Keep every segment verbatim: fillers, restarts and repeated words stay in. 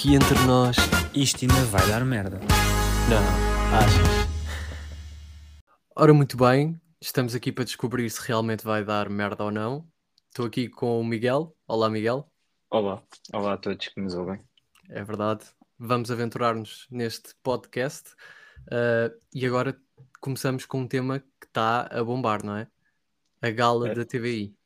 aqui entre nós. Isto ainda vai dar merda. Não, achas? Ora, muito bem, estamos aqui para descobrir se realmente vai dar merda ou não. Estou aqui com o Miguel. Olá, Miguel. Olá, olá a todos que nos ouvem. É verdade. Vamos aventurar-nos neste podcast. Uh, e agora começamos com um tema que está a bombar, não é? A gala É. da T V I.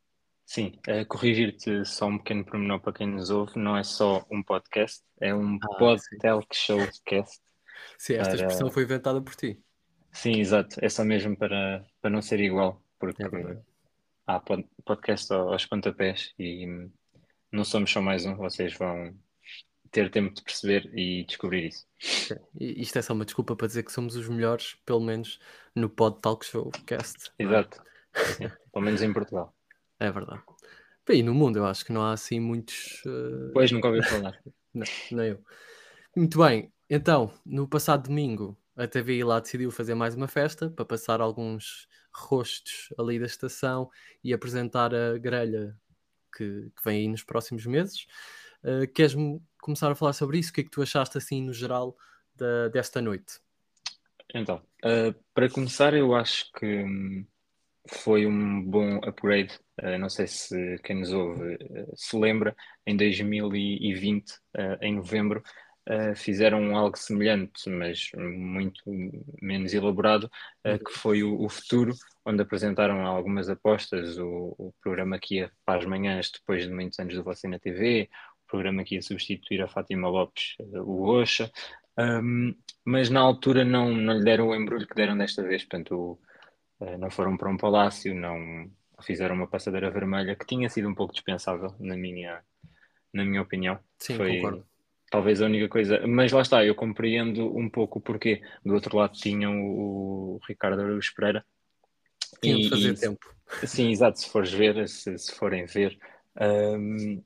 Sim, é, corrigir-te só um pequeno pormenor para quem nos ouve, não é só um podcast, é um Ah, pod sim. talk showcast. Sim, esta para... expressão foi inventada por ti. Sim, exato, é só mesmo para, para não ser igual, porque É verdade. há pod- podcast aos pontapés e hum, não somos só mais um, vocês vão ter tempo de perceber e descobrir isso. Sim. E isto é só uma desculpa para dizer que somos os melhores, pelo menos no Pod Talk Show Cast. não é? Exato, sim, pelo menos em Portugal. É verdade. E no mundo eu acho que não há assim muitos. uh, Pois, nunca ouvi falar. Não, nem eu. Muito bem, então, no passado domingo, a T V I lá decidiu fazer mais uma festa para passar alguns rostos ali da estação e apresentar a grelha que, que vem aí nos próximos meses. Uh, queres-me começar a falar sobre isso? O que é que tu achaste assim no geral da- desta noite? Então, uh, para começar, eu acho que hum, foi um bom upgrade. Uh, não sei se quem nos ouve uh, se lembra, em dois mil e vinte, uh, em novembro, uh, fizeram algo semelhante, mas muito menos elaborado, uh, que foi o, o Futuro, onde apresentaram algumas apostas, o, o programa que ia para as manhãs depois de muitos anos do Você na T V, o programa que ia substituir a Fátima Lopes, uh, o Oxa. Um, mas na altura não, não lhe deram o embrulho que deram desta vez, portanto o, Uh, não foram para um palácio, não fizeram uma passadeira vermelha, que tinha sido um pouco dispensável, na minha, na minha opinião. Sim, Foi concordo. talvez a única coisa. Mas lá está, eu compreendo um pouco o porquê. Do outro lado tinham o, o Ricardo Araújo Pereira. Tinham de E, fazer e tempo. sim, exato, se fores ver, se, se forem ver, um,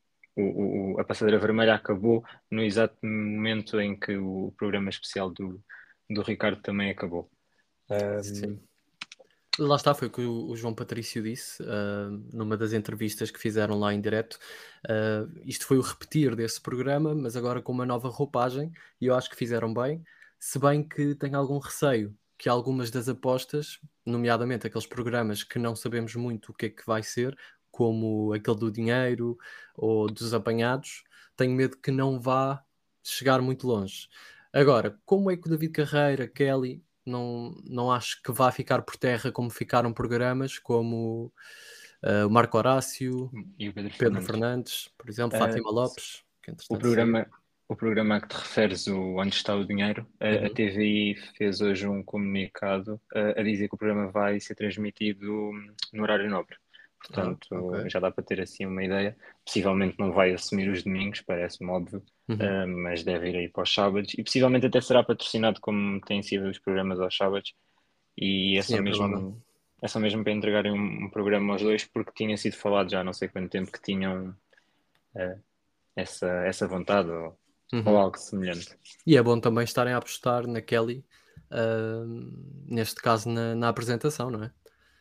o, o- a passadeira vermelha acabou no exato momento em que o programa especial do, do Ricardo também acabou. Sim. Um, Lá está, foi o que o o João Patrício disse, ah, numa das entrevistas que fizeram lá em direto. Ah, isto foi o repetir desse programa, mas agora com uma nova roupagem, e eu acho que fizeram bem, se bem que tenho algum receio que algumas das apostas, nomeadamente aqueles programas que não sabemos muito o que é que vai ser, como aquele do dinheiro ou dos apanhados, tenho medo que não vá chegar muito longe. Agora, como é que o David Carreira, Kelly, não, não acho que vá ficar por terra como ficaram programas como uh, o Marco Horácio, e o Pedro Pedro Fernandes. Fernandes, por exemplo, Uh, Fátima Lopes, que o entretanto saiu. programa, o programa a que te referes, o Onde Está o Dinheiro, a, a Uhum. T V I fez hoje um comunicado uh, a dizer que o programa vai ser transmitido hum, no horário nobre. Ah, Portanto, ok. já dá para ter assim uma ideia. Possivelmente não vai assumir os domingos, parece-me óbvio, Uhum. uh, mas deve ir aí para os sábados e possivelmente até será patrocinado como têm sido os programas aos sábados. E é Sim, só é provável. mesmo, é só mesmo para entregarem um, um programa aos dois, porque tinha sido falado já há não sei quanto tempo que tinham uh, essa, essa vontade ou, ou Uhum. algo semelhante. E é bom também estarem a apostar na Kelly, ah, neste caso na, na apresentação, não é?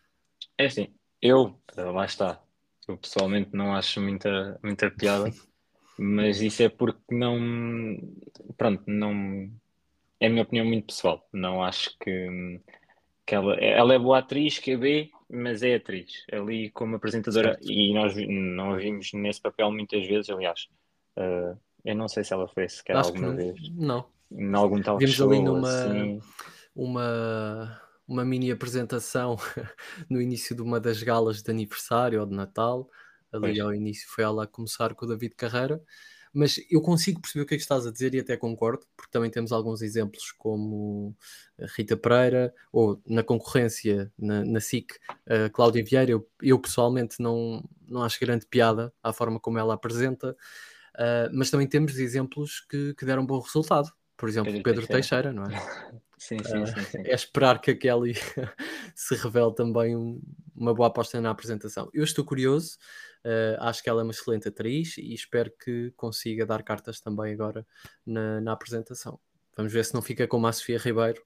É assim, eu, uh, lá está, eu pessoalmente não acho muita, muita piada, mas isso é porque não, pronto, não, é a minha opinião muito pessoal, não acho que, que ela, ela é boa atriz, que é B, mas é atriz, ali como apresentadora, Certo. e nós vi- não a vimos nesse papel muitas vezes, aliás, uh, eu não sei se ela foi sequer Acho que alguma n- vez não. em algum talk Vimos ali show ou numa assim. uma, uma mini apresentação no início de uma das galas de aniversário ou de Natal. Ali Pois, ao início foi ela a começar com o David Carreira. Mas eu consigo perceber o que é que estás a dizer e até concordo, porque também temos alguns exemplos como a Rita Pereira ou na concorrência na, na S I C, a Cláudia Vieira. Eu, eu pessoalmente não, não acho grande piada à forma como ela apresenta, ah, mas também temos exemplos que, que deram bom resultado. Por exemplo, Pedro Pedro Teixeira. Teixeira, não é? Sim, sim, Ah, sim, sim. é esperar que a Kelly se revele também um- uma boa aposta na apresentação. Eu estou curioso, ah, acho que ela é uma excelente atriz e espero que consiga dar cartas também agora na, na apresentação. Vamos ver se não fica como a Sofia Ribeiro,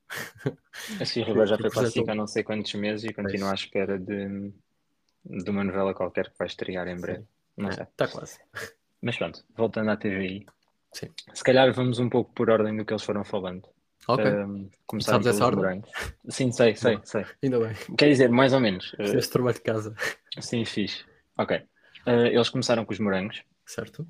A Sofia que, Ribeiro já que foi para a S I C apresentou. há não sei quantos meses e continua Pois, à espera de, de uma novela qualquer que vai estrear em breve. sim, Não sei. está quase. Mas pronto, voltando à T V I. Sim. Se calhar vamos um pouco por ordem do que eles foram falando. Ok. Um, começaram Sabes essa pelos ordem? morangos. Sim, sei, sei, Boa. sei. Ainda bem. Quer dizer, mais ou menos. Uh, Fizeste trabalho de casa. sim, fixe. Ok. Uh, eles começaram com os morangos. Certo?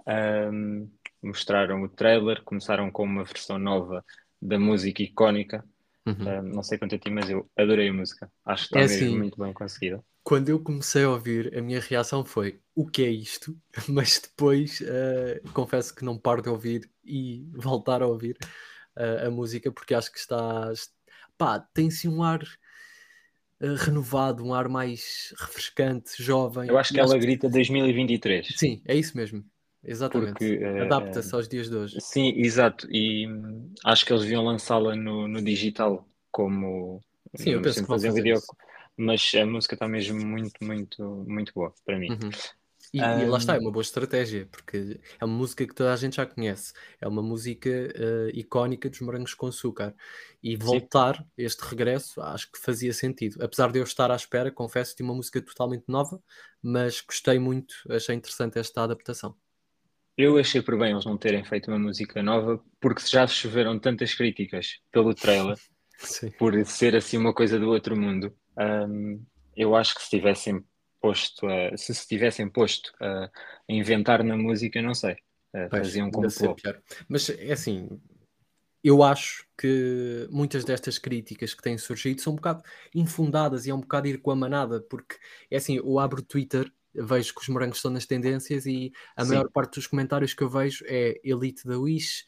Um, mostraram o trailer, começaram com uma versão nova da música icónica. Uhum. Um, não sei quanto a ti, mas eu adorei a música. Acho que está É mesmo assim, muito bem conseguida. quando eu comecei a ouvir, a minha reação foi: o que é isto? Mas depois, eh, confesso que não paro de ouvir e voltar a ouvir eh, a música, porque acho que está. est- Pá, tem-se um ar eh, renovado, um ar mais refrescante, Eu jovem, acho e que acho ela que grita dois mil e vinte e três, sim, é isso mesmo. Exatamente. porque uh, Adapta-se aos dias de uh, hoje. sim, exato. E hum, acho que eles deviam lançá-la no, no digital, como Sim, eu não penso que sempre vão faziam fazer vídeo, isso. mas a música está mesmo muito, muito, muito boa para mim. Uhum. E, e lá está, é Um, uma boa estratégia, porque é uma música que toda a gente já conhece, é uma música eh, icónica dos Morangos com Açúcar. E sim, voltar, este regresso, acho que fazia sentido. Apesar de eu estar à espera, confesso, de uma música totalmente nova, mas gostei muito, achei interessante esta adaptação. eu achei por bem eles não terem feito uma música nova, porque já choveram tantas críticas pelo trailer, Sim. por ser assim uma coisa do outro mundo. Um, eu acho que se tivessem posto a, se se tivessem posto a, a inventar na música, não sei, uh, Pois, faziam um ainda ser complô. pior. Mas é assim, eu acho que muitas destas críticas que têm surgido são um bocado infundadas e é um bocado ir com a manada, porque é assim, eu abro o Twitter, vejo que os morangos estão nas tendências e a maior Sim, parte dos comentários que eu vejo é Elite da Wish,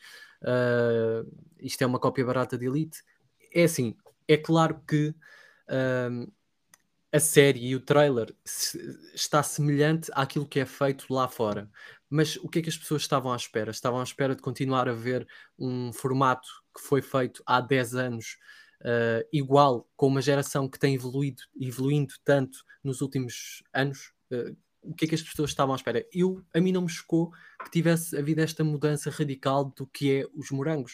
ah, isto é uma cópia barata de Elite. É assim, é claro que ah, a série e o trailer se- está semelhante àquilo que é feito lá fora. Mas o que é que as pessoas estavam à espera? Estavam à espera de continuar a ver um formato que foi feito há dez anos, eh, igual, com uma geração que tem evoluído, evoluindo tanto nos últimos anos. Eh, o que é que as pessoas estavam à espera? Eu, a mim não me chocou que tivesse havido esta mudança radical do que é os morangos.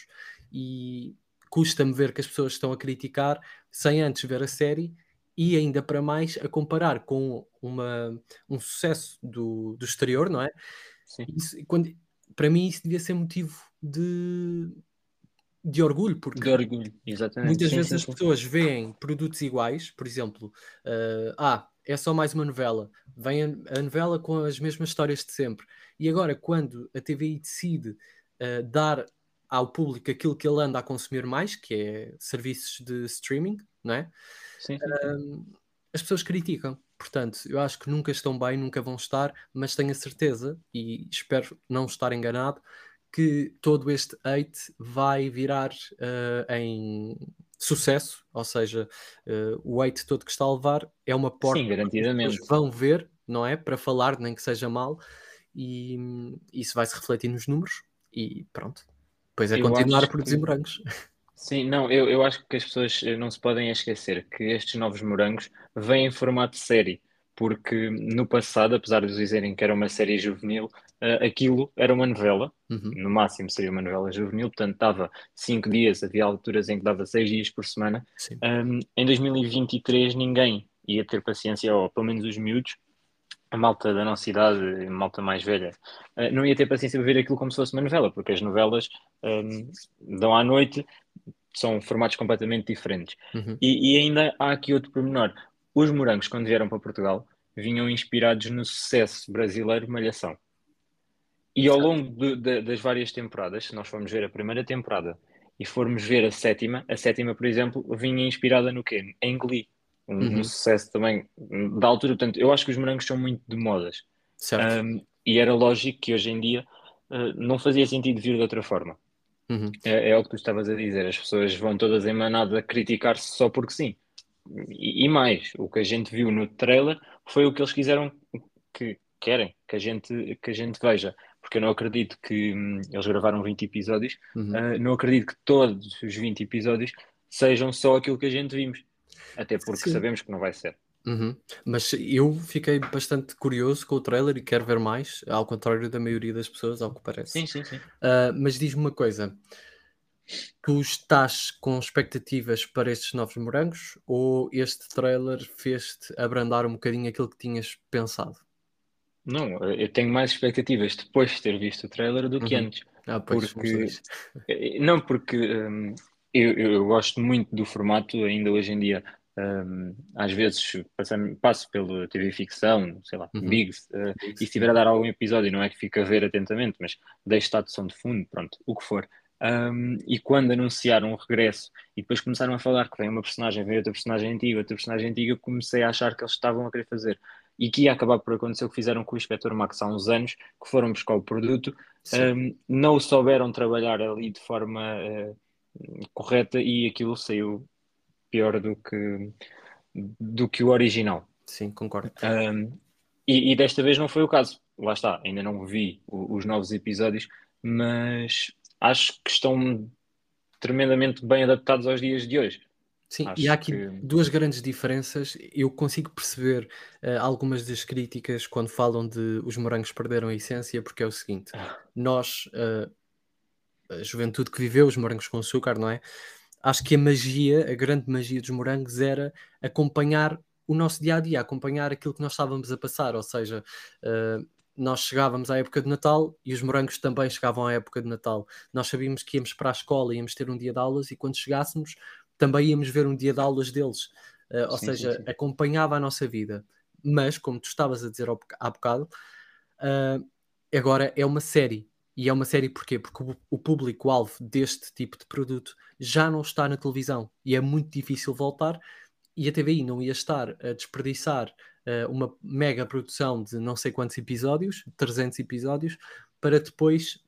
E custa-me ver que as pessoas estão a criticar sem antes ver a série e ainda para mais a comparar com uma, um sucesso do, do exterior, não é? sim, Isso, quando, para mim isso devia ser motivo de, de orgulho, de porque orgulho, exatamente. muitas Sim, vezes sim, as sim. pessoas veem produtos iguais, por exemplo, eh, ah, é só mais uma novela, vem a, a novela com as mesmas histórias de sempre. E agora, quando a T V I decide eh, dar ao público aquilo que ele anda a consumir mais, que é serviços de streaming, não é? Sim, sim, sim. Hum, as pessoas criticam. Portanto, eu acho que nunca estão bem, nunca vão estar, mas tenho a certeza, e espero não estar enganado, que todo este hate vai virar eh, em sucesso, ou seja, eh, o hate todo que está a levar é uma Sim, porta para que as pessoas garantidamente. vão ver, não é? Para falar, nem que seja mal, e hum, isso vai se refletir nos números, e pronto. Depois é Eu continuar a acho produzir que morangos. sim, não, eu, eu acho que as pessoas eh, não se podem esquecer que estes novos morangos vêm em formato de série, porque no passado, apesar de eles dizerem que era uma série juvenil, eh, aquilo era uma novela, Uhum, no máximo seria uma novela juvenil, portanto dava cinco dias, havia alturas em que dava seis dias por semana. sim. Um, em dois mil e vinte e três ninguém ia ter paciência, ou pelo menos os miúdos, a malta da nossa idade, a malta mais velha, eh, não ia ter paciência para ver aquilo como se fosse uma novela, porque as novelas um, dão à noite, são formatos completamente diferentes. Uhum, E, e ainda há aqui outro pormenor. Os morangos, quando vieram para Portugal, vinham inspirados no sucesso brasileiro Malhação. E ao certo. longo de- de- das várias temporadas, se nós formos ver a primeira temporada e formos ver a sétima, a sétima, por exemplo, vinha inspirada no quê? Em Glee. Um, um Uhum, sucesso também hum, da altura. Portanto, eu acho que os morangos são muito de modas. certo. Um, e era lógico que hoje em dia uh, não fazia sentido vir de outra forma. Uhum. É, é o que tu estavas a dizer, as pessoas vão todas em manada criticar-se só porque sim. E, e mais, o que a gente viu no trailer foi o que eles quiseram que querem que a gente, que a gente veja. Porque eu não acredito que hum, eles gravaram vinte episódios, Uhum. ah, não acredito que todos os vinte episódios sejam só aquilo que a gente vimos. Até porque Sim. sabemos que não vai ser. Uhum. Mas eu fiquei bastante curioso com o trailer e quero ver mais, ao contrário da maioria das pessoas, ao que parece. Sim, sim, sim. Ah, mas diz-me uma coisa: tu estás com expectativas para estes novos morangos ou este trailer fez-te abrandar um bocadinho aquilo que tinhas pensado? Não, eu tenho mais expectativas depois de ter visto o trailer do que Uhum. antes. Ah, pois, somos Porque, dois. eh, não, porque hum, eu, eu- eu gosto muito do formato, ainda hoje em dia. Hum, às vezes passam- passo pelo T V Ficção, sei lá, Uhum. Biggs, eh, e se Isso, estiver a dar algum episódio, não é que fico a ver atentamente, mas deixo estar de som de fundo, pronto, o que for. Hum, e quando anunciaram o regresso e depois começaram a falar que vem uma personagem, vem outra personagem antiga, outra personagem antiga, eu comecei a achar que eles estavam a querer fazer. E que ia acabar por acontecer o que fizeram com o Inspector Max há uns anos, que foram buscar o produto, sim, um, não o souberam trabalhar ali de forma uh, correta e aquilo saiu pior do que, do que o original. sim, concordo. Um, e, e desta vez não foi o caso. Lá está, ainda não vi o- os novos episódios, mas acho que estão tremendamente bem adaptados aos dias de hoje. Sim, e há Acho aqui que. duas grandes diferenças. Eu consigo perceber, eh, algumas das críticas quando falam de os morangos perderam a essência, porque é o seguinte: nós, eh, a juventude que viveu os morangos com açúcar, não é? Acho que a magia, a grande magia dos morangos era acompanhar o nosso dia a dia, acompanhar aquilo que nós estávamos a passar, ou seja, eh, nós chegávamos à época de Natal e os morangos também chegavam à época de Natal. Nós sabíamos que íamos para a escola, íamos ter um dia de aulas e quando chegássemos também íamos ver um dia de aulas deles. Eh, ou Sim, sim, seja, sim. acompanhava a nossa vida. Mas, como tu estavas a dizer ao boca- há bocado, ah, agora é uma série. E é uma série porquê? Porque o, o público-alvo deste tipo de produto já não está na televisão e é muito difícil voltar. E a T V I não ia estar a desperdiçar ah, uma mega produção de não sei quantos episódios, trezentos episódios, para depois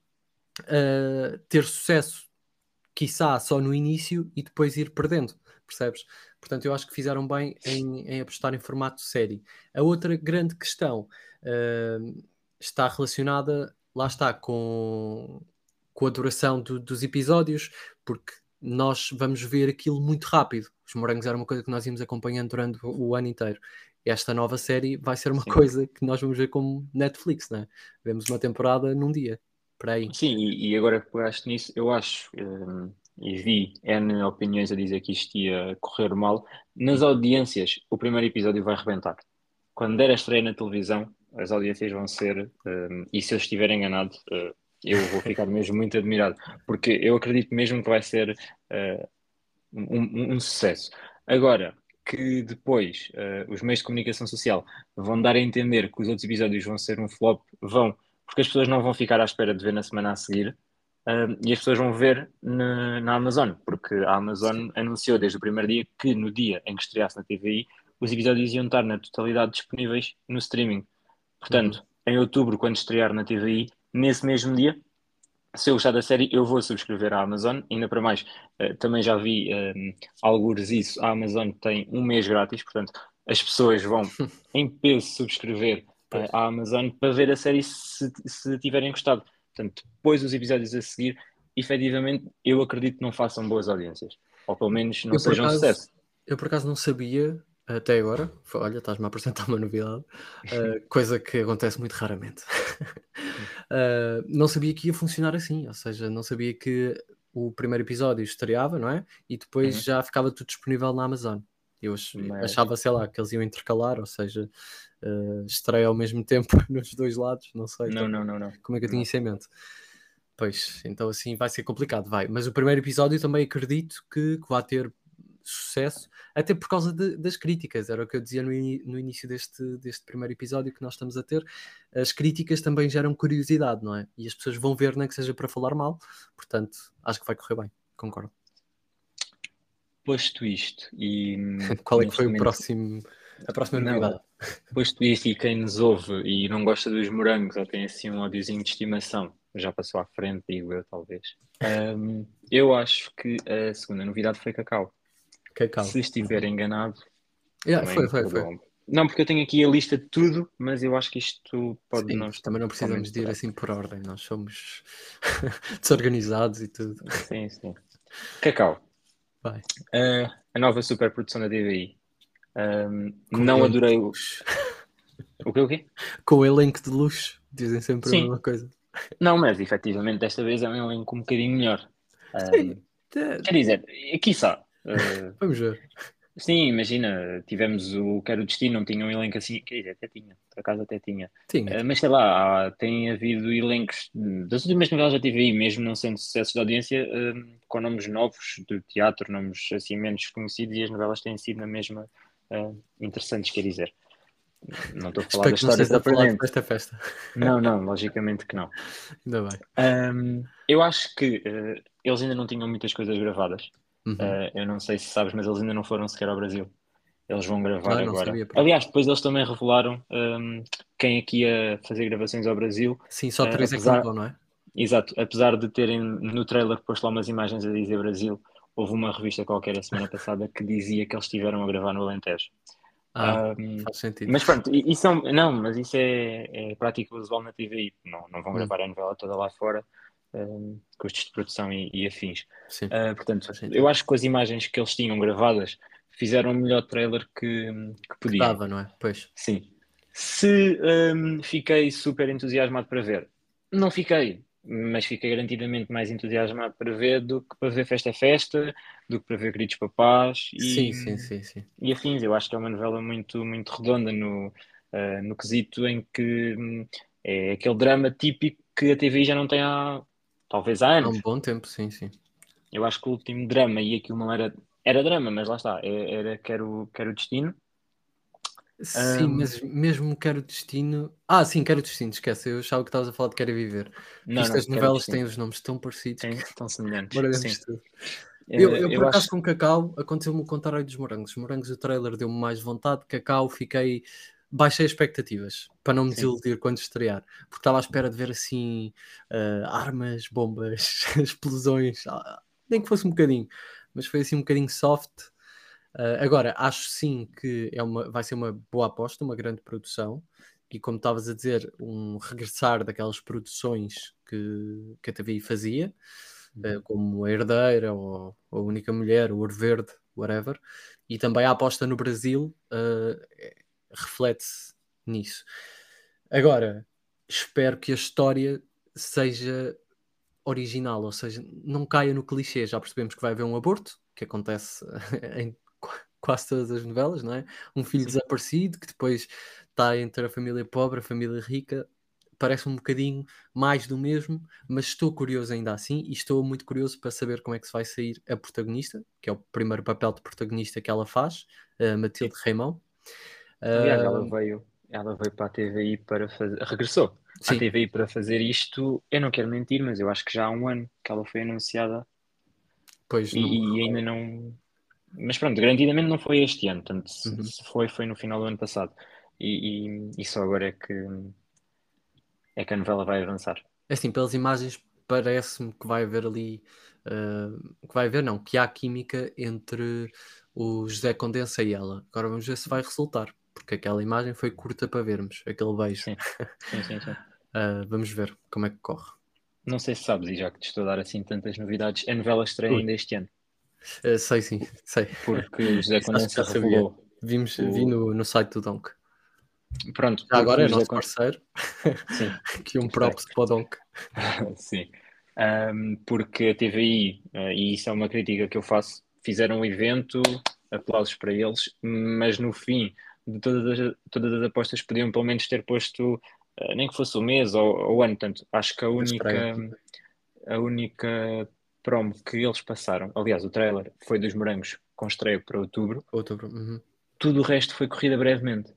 ah, ter sucesso, quiçá só no início e depois ir perdendo, percebes? Portanto, eu acho que fizeram bem em, em apostar em formato série. A outra grande questão ah, está relacionada, lá está, com, com a duração do- dos episódios, porque nós vamos ver aquilo muito rápido. Os Morangos era uma coisa que nós íamos acompanhando durante o, o ano inteiro. Esta nova série vai ser uma Sim. coisa que nós vamos ver como Netflix, né? Vemos uma temporada num dia, para aí. Sim, e, e agora que pegaste nisso, eu acho, hum, e vi N opiniões a dizer que isto ia correr mal. Nas audiências, o primeiro episódio vai rebentar. Quando der a estreia na televisão, as audiências vão ser, hum, e se eu estiver enganado, uh, eu vou ficar mesmo muito admirado, porque eu acredito mesmo que vai ser uh, um, um- um sucesso. Agora, que depois uh, os meios de comunicação social vão dar a entender que os outros episódios vão ser um flop, vão, porque as pessoas não vão ficar à espera de ver na semana a seguir, uh, e as pessoas vão ver na, na Amazon, porque a Amazon anunciou desde o primeiro dia que no dia em que estreasse na T V I, os episódios iam estar na totalidade disponíveis no streaming. Uhum. Portanto, em outubro, quando estrear na T V I, nesse mesmo dia, se eu gostar da série, eu vou subscrever à Amazon. Ainda para mais, eh, também já vi um, algures isso. A Amazon tem um mês grátis, portanto, as pessoas vão em peso subscrever eh, Pois. à Amazon para ver a série se, se tiverem gostado. Portanto, depois os episódios a seguir, efetivamente, eu acredito que não façam boas audiências. Ou pelo menos não Eu por sejam um acaso, sucesso. eu por acaso não sabia até agora. Foi- Olha, estás-me a apresentar uma novidade, ah, coisa que acontece muito raramente. Ah, não sabia que ia funcionar assim, ou seja, não sabia que o primeiro episódio estreava, não é? E depois Uhum. já ficava tudo disponível na Amazon. Eu ach- Mas, achava, sei lá, que eles iam intercalar, ou seja, ah, estreia ao mesmo tempo nos dois lados, não sei não, também não, não, não. como é que eu tinha Não. isso em mente. Pois, então assim vai ser complicado, vai. Mas o primeiro episódio também acredito que, que vai ter sucesso, até por causa de- das críticas, era o que eu dizia no, ini- no início deste, deste primeiro episódio que nós estamos a ter. As críticas também geram curiosidade, não é? E as pessoas vão ver, nem que seja para falar mal, portanto, acho que vai correr bem, concordo. Posto isto, e hum, Qual é que foi neste o momento, próximo, a próxima não. novidade? Posto isto, e quem nos ouve e não gosta dos morangos ou tem assim um ódiozinho de estimação, já passou à frente, digo eu, talvez. Ahm, eu acho que a segunda novidade foi Cacau. Cacau. Se estiver enganado, Yeah, também foi, me foi, foi. perdoam. Não, porque eu tenho aqui a lista de tudo, mas eu acho que isto pode Sim, não mas estar também não totalmente precisamos de ir correto. assim por ordem, nós somos desorganizados e tudo. Sim, sim. Cacau, Vai. ah, a nova superprodução da T V I. Ahm, Com não elenco de adorei o. luxo. O quê, o quê? Com o elenco de luxo, dizem sempre a Sim, mesma coisa. não, mas efetivamente desta vez é um elenco um bocadinho melhor. Sim, Ahm, é, quer dizer, quiçá. Uh, vamos ver. Sim, imagina, tivemos o Quero Destino, não tinha um elenco assim, quer dizer, até tinha, por acaso até tinha. Tinha, Eh, tinha. mas sei lá, há- tem havido elencos hum, das últimas novelas da T V I, mesmo não sendo sucessos de audiência, hum, com nomes novos de teatro, nomes assim menos conhecidos, e as novelas têm sido na mesma eh, interessantes, quer dizer. Não estou a falar Espero da que não história estejas a falar de propriamente. festa festa. Não, não, logicamente que não. Ainda bem. Hum, eu acho que eh, eles ainda não tinham muitas coisas gravadas. Uhum. Eh, eu não sei se sabes, mas eles ainda não foram sequer ao Brasil. Eles vão gravar Ah, não agora. sabia, por acaso. Aliás, depois eles também revelaram hum, quem é que ia fazer gravações ao Brasil. Sim, só Eh, três é que não apesar, vão, não é? exato, apesar de terem no trailer posto lá umas imagens a dizer Brasil, houve uma revista qualquer a semana passada que dizia que eles estiveram a gravar no Alentejo. Ah, Hum, faz sentido. mas pronto, i- isso é, um- não, mas isso é, é prática usual na T V I. Não, não vão Hum, gravar a novela toda lá fora, hum, custos de produção e, e afins. sim, Uh, portanto, faz eu sentido. acho que com as imagens que eles tinham gravadas, fizeram o melhor trailer que, que Que podiam. dava, não é? Pois. Sim. Se hum, fiquei super entusiasmado para ver, não fiquei, mas fiquei garantidamente mais entusiasmado para ver do que para ver Festa é Festa, do que para ver Queridos Papás Sim, e, sim, sim, sim. e afins. Eu acho que é uma novela muito, muito redonda no, ah, no quesito em que hum, é aquele drama típico que a T V I já não tem há talvez há Há um anos. bom tempo, sim, sim. Eu acho que o último drama, e aquilo não era, era drama, mas lá está, é- era Quero, Quero Destino. Sim, Hum, mas mesmo Quero Destino. Ah, sim, Quero Destino, esquece. Eu achava que estavas a falar de Quero Viver. Que não, isto, não, as Quero novelas têm Destino. os nomes tão parecidos que Tem, tão semelhantes, baralhamos sim. tudo. Eu, Eh, eu, por eu acaso, acho, com Cacau, aconteceu-me o contrário dos morangos. Os morangos, o trailer deu-me mais vontade. Cacau, fiquei. Baixei expectativas para não me sim, desiludir quando estrear, porque estava à espera de ver assim ah, armas, bombas, explosões, ah, nem que fosse um bocadinho, mas foi assim um bocadinho soft. Ah, agora, acho sim que é uma, vai ser uma boa aposta, uma grande produção, e como estavas a dizer, um regressar daquelas produções que, que a T V I fazia, eh, uhum, como A Herdeira ou A Única Mulher, o Ouro Verde, whatever, e também a aposta no Brasil eh, eh, reflete-se nisso. Agora, espero que a história seja original, ou seja, não caia no clichê. Já percebemos que vai haver um aborto, que acontece em qu- quase todas as novelas, não é? Um filho sim. desaparecido que depois está entre a família pobre, a família rica. Parece um bocadinho mais do mesmo, mas estou curioso ainda assim e estou muito curioso para saber como é que se vai sair a protagonista, que é o primeiro papel de protagonista que ela faz, a Sim. Matilde Reimão. Aliás, Ah, ela veio, ela veio para a T V I para fazer, regressou à sim, T V I para fazer isto. Eu não quero mentir, mas eu acho que já há um ano que ela foi anunciada pois não me e, e ainda recordo. não. Mas pronto, garantidamente não foi este ano, portanto, se, Uhum. se foi, foi no final do ano passado. E, e, e só agora é que, é que a novela vai avançar. É assim, pelas imagens parece-me que vai haver ali, ah, que vai haver, não, que há química entre o José Condensa e ela. Agora vamos ver se vai resultar, porque aquela imagem foi curta para vermos, aquele beijo. Sim, sim, sim, sim. Ah, vamos ver como é que corre. Não sei se sabes, e já que te estou a dar assim tantas novidades, a novela estreia Ui. ainda este ano, Ah, sei sim, sei. porque o José Isso acho que Condensa já sabia. revelou Vimos, vi o. no, no site do Donk. Pronto, Já porque agora o é José nosso Condensa. parceiro. Sim, Aqui um gostei. props para o Donk. Sim. Ahm, porque a T V I, eh, e isso é uma crítica que eu faço, fizeram um evento, aplausos para eles, mas no fim de todas as, todas as apostas podiam pelo menos ter posto, eh, nem que fosse o mês ou ou o ano. Portanto, acho que a A estreia. única, a única promo que eles passaram, aliás, o trailer foi dos Morangos com estreia para outubro, Outubro. Uhum. tudo o resto foi corrida brevemente.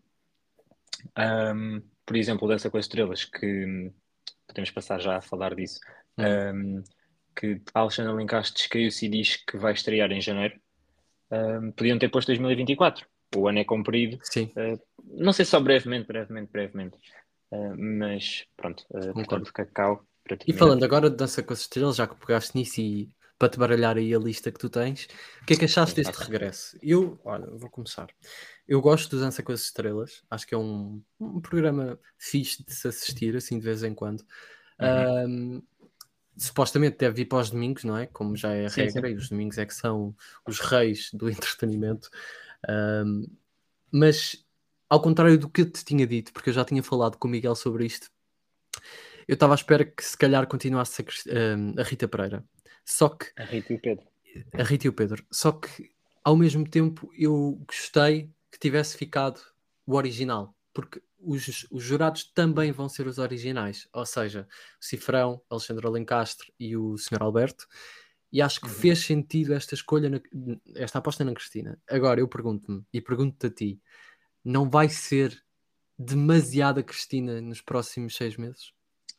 Ahm, por exemplo, dessa com as estrelas, que hum, podemos passar já a falar disso, Hum. ahm, que a Alexandra Lencastre descaiu-se e diz que vai estrear em janeiro. Ahm, podiam ter posto dois mil e vinte e quatro. O ano é comprido. Sim, Ah, não sei só brevemente, brevemente, brevemente. Ah, mas pronto, ah, concordo. portanto, Cacau, para E terminar. falando agora de Dança com as Estrelas, já que pegaste nisso e para te baralhar aí a lista que tu tens, o que é que achaste Sim, deste ok. regresso? Eu, olha, vou começar. Eu gosto do Dança com as Estrelas, acho que é um, um programa fixe de se assistir, assim, de vez em quando. Uhum. Ahm, supostamente deve vir para os domingos, não é? Como já é a Sim, sim. regra, e os domingos é que são os reis do entretenimento. Ahm, mas, ao contrário do que eu te tinha dito, porque eu já tinha falado com o Miguel sobre isto, eu estava à espera que se calhar continuasse a, Cris- hum, a Rita Pereira. Só que A Rita e o Pedro. a Rita e o Pedro. Só que ao mesmo tempo eu gostei que tivesse ficado o original, porque os, os jurados também vão ser os originais, ou seja, o Cifrão, Alexandre Alencastre e o senhor Alberto, e acho que Uhum. fez sentido esta escolha, na- esta aposta na Cristina. Agora eu pergunto-me, e pergunto-te a ti, não vai ser demasiada Cristina nos próximos seis meses?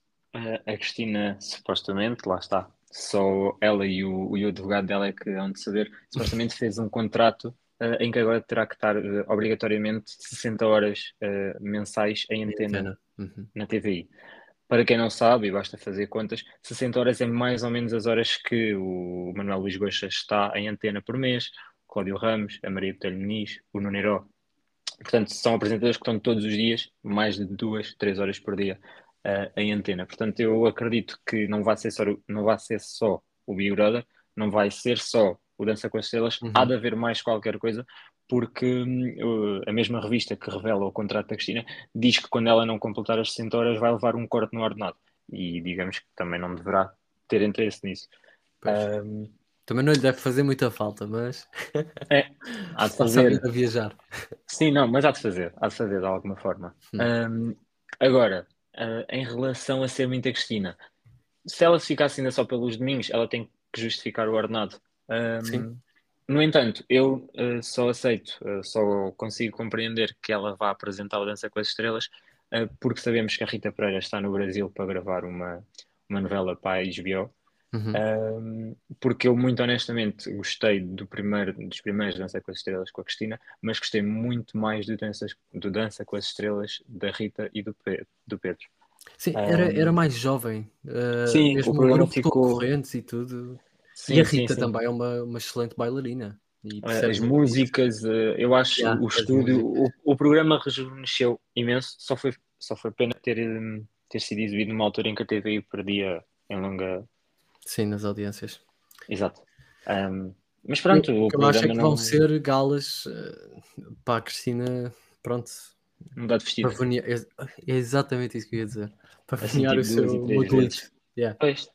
A a Cristina, supostamente, lá está, só ela e o, e o advogado dela é que hão de saber, supostamente fez um contrato eh, em que agora terá que estar eh, obrigatoriamente sessenta horas eh, mensais em Em antena antena. Uhum. na T V I. Para quem não sabe, e basta fazer contas, sessenta horas é mais ou menos as horas que o Manuel Luís Goxa está em antena por mês, o Cláudio Ramos, a Maria Botelho Muniz, o Nuno Herói. Portanto, são apresentadores que estão todos os dias, mais de duas, três horas por dia, uh, em antena. Portanto, eu acredito que não vai ser só, não vai ser só o Big Brother, não vai ser só o Dança com as Estrelas, há Uhum. de haver mais qualquer coisa, porque uh, a mesma revista que revela o contrato da Cristina diz que quando ela não completar as sessenta horas vai levar um corte no ordenado. E digamos que também não deverá ter interesse nisso. Pois. Um, Também não lhe deve fazer muita falta, mas é, há de passa a fazer. vida a viajar. Sim, não, mas há de fazer, há de fazer de alguma forma. Hum. Hum, agora, ah, em relação a ser muita Cristina, se ela se ficasse ainda só pelos domingos, ela tem que justificar o ordenado. Sim. Hum, no entanto, eu ah, só aceito, ah, só consigo compreender que ela vá apresentar o Dança com as Estrelas, ah, porque sabemos que a Rita Pereira está no Brasil para gravar uma, uma novela para a H B O. Uhum. Um, porque eu muito honestamente gostei do primeiro, dos primeiros Dança com as Estrelas com a Cristina, mas gostei muito mais do, Danças, do Dança com as Estrelas da Rita e do, Pe- do Pedro. Sim, era, era Um, mais jovem, uh, sim, o mesmo o programa grupo de ficou. concorrentes e tudo. E a Sim, sim, Rita sim. também é uma, uma excelente bailarina e Uh, percebe As muito disso. músicas, uh, eu acho Yeah, o as estúdio, músicas. o, o programa rejuvenesceu imenso, só foi, só foi pena ter, um, ter sido exibido numa altura em que a T V I perdia em longa. Sim, nas audiências. Exato. Um, mas Eu, pronto, o o que eu acho é programa que vão não, ser galas uh, para a Cristina, pronto, não dá de para vestido. venir. É, é exatamente isso que eu ia dizer. Para Assim, venhar o tipo duas e seu três modelito. vezes. Yeah. Pois,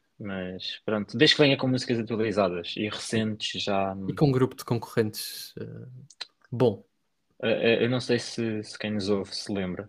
mas pronto, desde que venha com músicas atualizadas e recentes já. E com um grupo de concorrentes uh, bom. Uh, uh, eu não sei se, se quem nos ouve se lembra.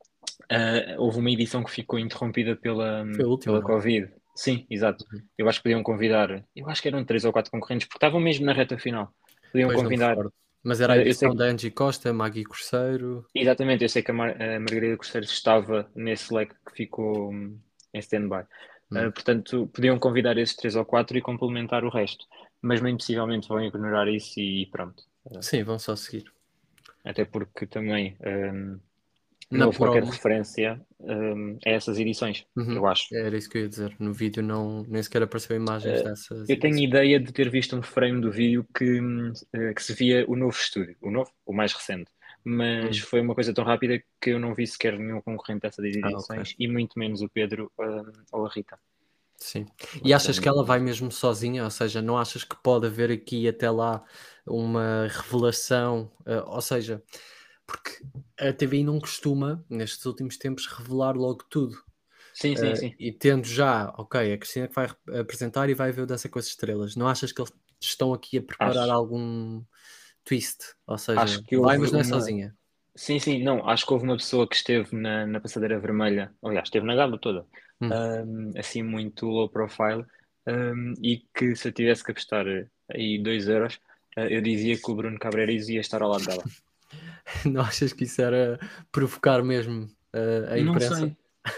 Uh, houve uma edição que ficou interrompida pela, Foi a última, pela não é? Covid. Sim, exato. Uhum. Eu acho que podiam convidar, eu acho que eram três ou quatro concorrentes, porque estavam mesmo na reta final. Podiam Pois não me convidar. recordo. Mas era Uh, a eu sei edição que, da Angie Costa, Maggie Corseiro. exatamente, eu sei que a, Mar, a Margarida Corseiro estava nesse leque que ficou hum, em stand-by. Uh, Hum. portanto, podiam convidar esses três ou quatro e complementar o resto. Mas muito possivelmente vão ignorar isso e pronto. Uh, Sim, vão só seguir. até porque também um, não Na houve qualquer promo. referência um, a essas edições, Uhum. eu acho. Era isso que eu ia dizer. No vídeo não, nem sequer apareceu imagens Uh, dessas eu tenho edições. ideia de ter visto um frame do vídeo que, hum, uh, que se via o novo estúdio, o novo, o mais recente. Mas Hum. foi uma coisa tão rápida que eu não vi sequer nenhum concorrente dessas Ah, ok. edições e muito menos o Pedro um, ou a Rita. Sim. E achas que ela vai Portanto, mesmo sozinha? Ou seja, não achas que pode haver aqui até lá uma revelação? eh, ou seja, porque a T V I não costuma, nestes últimos tempos, revelar logo tudo. sim, sim, Eh, sim. e tendo já, ok, a Cristina que vai rep- apresentar e vai ver o Dança com as Estrelas, não achas que eles estão aqui a preparar Acho. algum twist? Ou seja, Acho que vai, houve mas não é uma. sozinha. Sim, sim, não. Acho que houve uma pessoa que esteve na, na passadeira vermelha, aliás, esteve na gala toda, Hum. um, assim, muito low profile, um, e que se eu tivesse que apostar aí dois euros, uh, eu dizia que o Bruno Cabreiros ia estar ao lado dela. Não achas que isso era provocar mesmo eh, a Não imprensa? sei,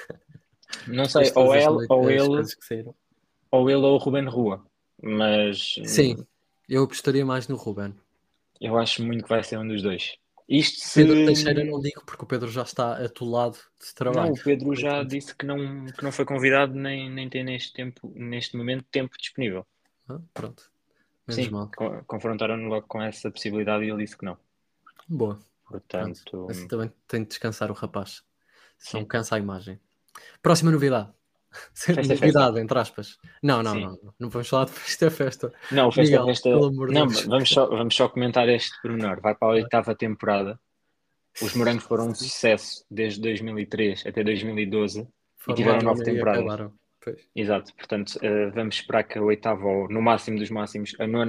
não sei, Depois de ou todas as, ele, noi- ou as ele, coisas que saíram. ou ele ou o Ruben Rua, mas Sim, hum, eu apostaria mais no Ruben. eu acho muito que vai ser um dos dois. Isto se. Pedro Teixeira não digo porque o Pedro já está atolado de Não, trabalho. o Pedro já Portanto, disse que não, que não foi convidado nem, nem tem neste tempo, neste momento tempo disponível. ah, pronto, menos Sim, mal. co- confrontaram-no logo com essa possibilidade e ele disse que não. Boa, pronto. Portanto, Assim também tem de descansar o rapaz. Senão sim. cansa a imagem. Próxima novidade. Festa é festa. Novidade, entre aspas. Não, não, Sim. não. Não Não vamos falar de festa é festa. Não, o Festa é Miguel, Festa. pelo amor de Não, Deus. vamos só, vamos só comentar este pormenor. Vai para a oitava temporada. Os Morangos foram um sucesso desde dois mil e três até dois mil e doze e tiveram Formaram nove e temporadas. acabaram. Pois. Exato. Portanto, uh, vamos esperar que a oitava, ou no máximo dos máximos, a nona,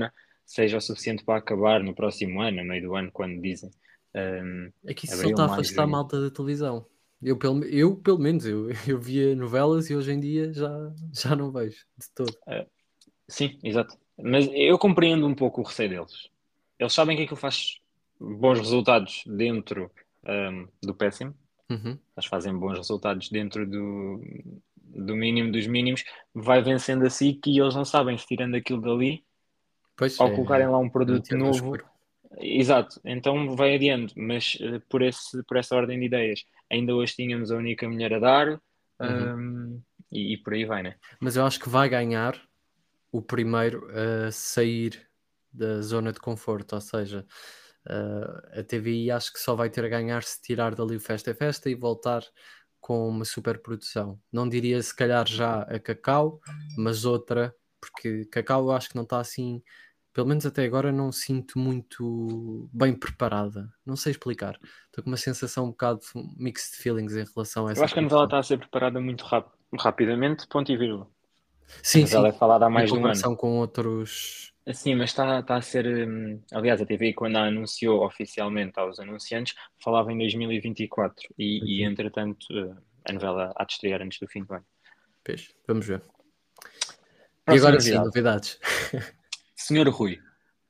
seja o suficiente para acabar no próximo ano, no meio do ano, quando dizem. Um, É que isso só abril, está a maio, afastar a junho. malta da televisão. Eu pelo, eu, pelo menos, eu, eu via novelas e hoje em dia já, já não vejo de todo. Uh, sim, exato. Mas eu compreendo um pouco o receio deles. Eles sabem que aquilo faz bons resultados dentro um, do péssimo. Uhum. Eles fazem bons resultados dentro do, do mínimo dos mínimos. Vai vencendo a SIC e eles não sabem se tirando aquilo dali, Pois ao é, colocarem lá um é um produto tiro no novo. escuro. Exato, então vai adiando, mas uh, por, esse, por essa ordem de ideias, ainda hoje tínhamos a única mulher a dar, Uhum. um, e, e por aí vai, né? Mas eu acho que vai ganhar o primeiro a sair da zona de conforto, ou seja, uh, a T V I acho que só vai ter a ganhar se tirar dali o Festa é Festa e voltar com uma superprodução. Não diria se calhar já a Cacau, mas outra, porque Cacau eu acho que não está assim, pelo menos até agora não sinto muito bem preparada. Não sei explicar. Estou com uma sensação um bocado mixed feelings em relação a Eu essa acho que a novela produção. está a ser preparada muito rápido, rapidamente, ponto e vírgula. A Sim, sim, novela é falada há em mais de um ano. comparação com outros. Sim, mas está, está a ser. hum, Aliás, a T V I, quando a anunciou oficialmente aos anunciantes, falava em dois mil e vinte e quatro e, e Uhum. entretanto, eh, a novela há de estrear antes do fim do ano. Pois, vamos ver. E Próxima agora sim, novidade. novidades. Senhor Rui.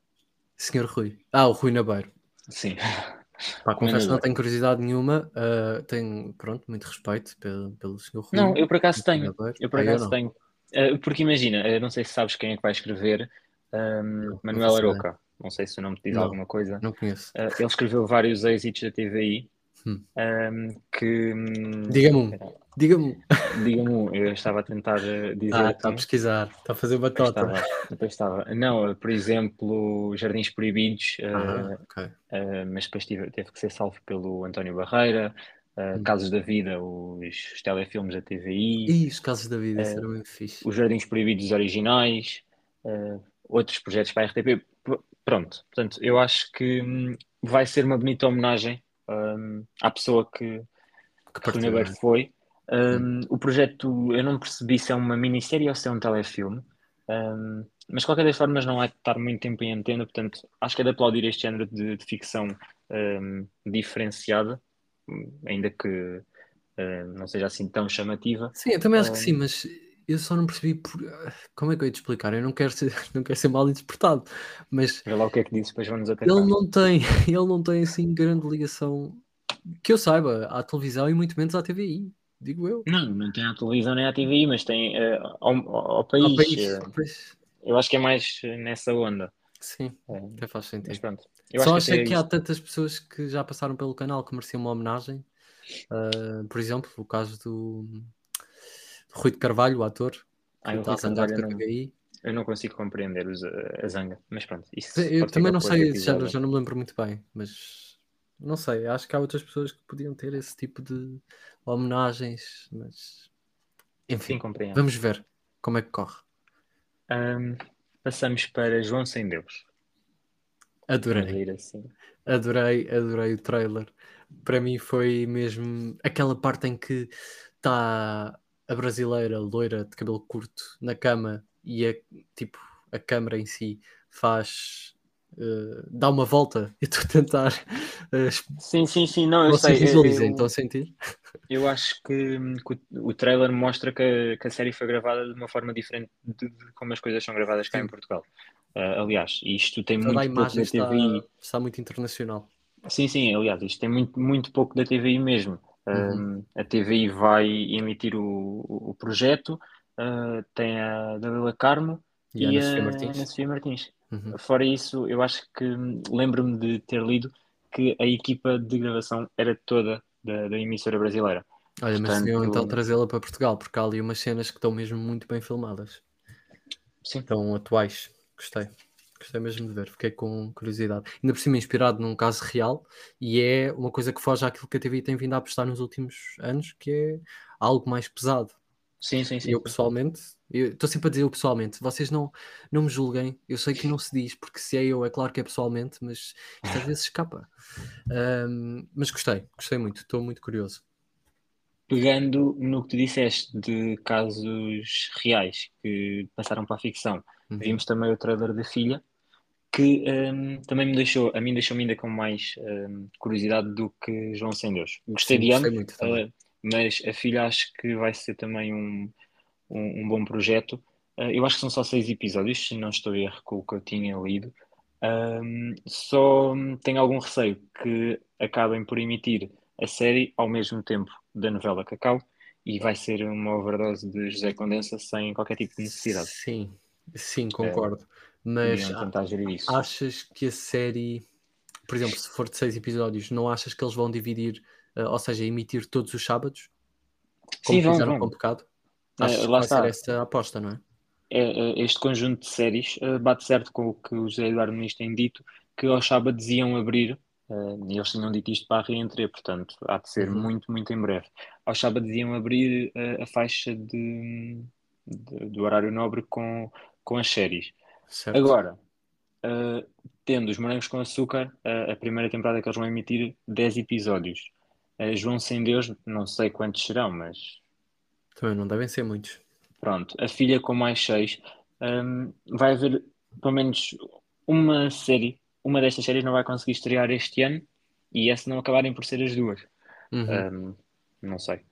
Senhor Rui. Ah, o Rui Nabeiro. Sim. Pá, confesso que não Comendador. tenho curiosidade nenhuma. ah, tenho, pronto, muito respeito pelo, pelo senhor Não, Rui. eu por acaso Rui tenho. Nabeiro. Eu por Ah, eu acaso não. tenho. Eh, porque imagina, eh, não sei se sabes quem é que vai escrever. hum, Não, não Manuel faço ideia. Aroca. Não sei se o nome te diz Não, alguma coisa. não conheço. Eh, ele escreveu vários êxitos da T V I. Hum. hum, que. hum, Diga-me um. espera, Diga-me um. diga-me, um, eu estava a tentar eh, Ah, dizer-te está a um. pesquisar. Está a fazer Depois batota. estava, depois estava. Não, por exemplo, Jardins Proibidos, Ah, eh, ok. eh, mas depois tive- teve que ser salvo pelo António Barreira. eh, Hum. Casos da Vida, os, os telefilmes da T V I. Ih, os casos da vida, isso eh, era mesmo fixe. os Jardins Proibidos originais, eh, outros projetos para a R T P. P- Pronto, portanto, eu acho que hum, vai ser uma bonita homenagem hum, à pessoa que, Que que Rui partiu, Nabeiro não é? foi. Hum. Um, o projeto, eu não percebi se é uma minissérie ou se é um telefilme, um, mas de qualquer das formas não vai estar muito tempo em antena, portanto, acho que é de aplaudir este género de, de ficção um, diferenciada, um, ainda que um, não seja assim tão chamativa. Sim, eu também acho que sim, Um, mas eu só não percebi por... como é que eu ia te explicar? Eu não quero ser, não quero ser mal interpretado, mas Vê lá o que é que disse, depois vão-nos ele atacar. não tem, ele não tem assim grande ligação que eu saiba à televisão e muito menos à T V I, digo eu. Não, não tem à televisão nem à T V I, mas tem eh, ao, ao Ao país. país, eh, pois, eu acho que é mais eh, nessa onda. sim, Eh, até faz mas sentido. pronto, eu acho Só que achei até que há isso. tantas pessoas que já passaram pelo canal que mereciam uma homenagem. Ah, por exemplo, o caso do, do Rui de Carvalho, o ator, Ai, que o está Rui zangado Carvalho, eu com a não. T V I. Eu não consigo compreender os- a zanga, mas pronto, isso Eu pode também ficar não para outro sei, já, episódio. já não me lembro muito bem, mas não sei, acho que há outras pessoas que podiam ter esse tipo de homenagens, mas Sim, enfim, compreendo. vamos ver como é que corre. Ahm, passamos para João Sem Deus. Vamos Adorei, ir assim. adorei, adorei o trailer. Para mim foi mesmo aquela parte em que está a brasileira loira de cabelo curto na cama e a, tipo, a câmara em si faz eh, dá uma volta. Eu estou a tentar eh, Sim, sim, sim, não, eu vocês sei. Eu, visualizem, estão a eu, sentir? eu acho que, hum, que o, o trailer mostra que a, que a série foi gravada de uma forma diferente de, de como as coisas são gravadas cá em Sim, Portugal. Ah, aliás, isto tem toda a muito pouco imagem da está, T V I. está muito internacional. Sim, sim, aliás, isto tem muito, muito pouco da T V I mesmo. Uhum. Um, a T V I vai emitir o, o, o projeto, uh, tem a Dalila Carmo E a e Ana Sofia a Ana Martins? Sofia Martins. Uhum. Fora isso, eu acho que hum, lembro-me de ter lido que a equipa de gravação era toda da, da emissora brasileira. Olha, mas deviam então Portanto, trazê-la para Portugal, porque há ali umas cenas que estão mesmo muito bem filmadas. sim, Estão atuais. Gostei. Gostei mesmo de ver. Fiquei com curiosidade. Ainda por cima inspirado num caso real e é uma coisa que foge àquilo que a T V I tem vindo a apostar nos últimos anos, que é algo mais pesado. sim, sim, sim, Eu sim. pessoalmente, eu estou sempre a dizer eu pessoalmente, vocês não, não me julguem, eu sei que não se diz, porque se é eu, é claro que é pessoalmente, mas isto às vezes escapa. Ahm, mas gostei, gostei muito, estou muito curioso. Pegando no que tu disseste de casos reais que passaram para a ficção, Uhum. vimos também o trailer da Filha. que um, também me deixou, a mim deixou-me ainda com mais um, curiosidade do que João Sem Deus. Gostei Sim, de gostei ambos, muito também. uh, mas a filha acho que vai ser também um, um, um bom projeto. Uh, eu acho que são só seis episódios, se não estou a erro com o que eu tinha lido. Um, só tenho algum receio que acabem por emitir a série ao mesmo tempo da novela Cacau e vai ser uma overdose de José Condensa sem qualquer tipo de necessidade. Sim, sim, Uh, concordo. Mas Iriam a- tentar gerir isso. achas que a série, por exemplo, se for de seis episódios, não achas que eles vão dividir, eh, ou seja, emitir todos os sábados, como Sim, vão, fizeram com o vão. Pecado? Uh, Achas que lá vai ser está. essa a aposta, não é? É, é, este conjunto de séries uh, bate certo com o que o José Eduardo Muniz tem dito, que aos sábados iam abrir, uh, e eles tinham dito isto para a reentrée, portanto, há de ser Uhum, muito, muito em breve. Aos sábados iam abrir uh, a faixa de, de- do horário nobre com, com as séries. certo. Agora, uh, tendo os Morangos com Açúcar, uh, a primeira temporada que eles vão emitir, dez episódios. Uh, João Sem Deus, não sei quantos serão, mas Também não devem ser muitos. pronto, a filha com mais seis. Hum, vai haver pelo menos uma série, uma destas séries não vai conseguir estrear este ano e essa não acabarem por ser as duas. Uhum. Hum, não sei.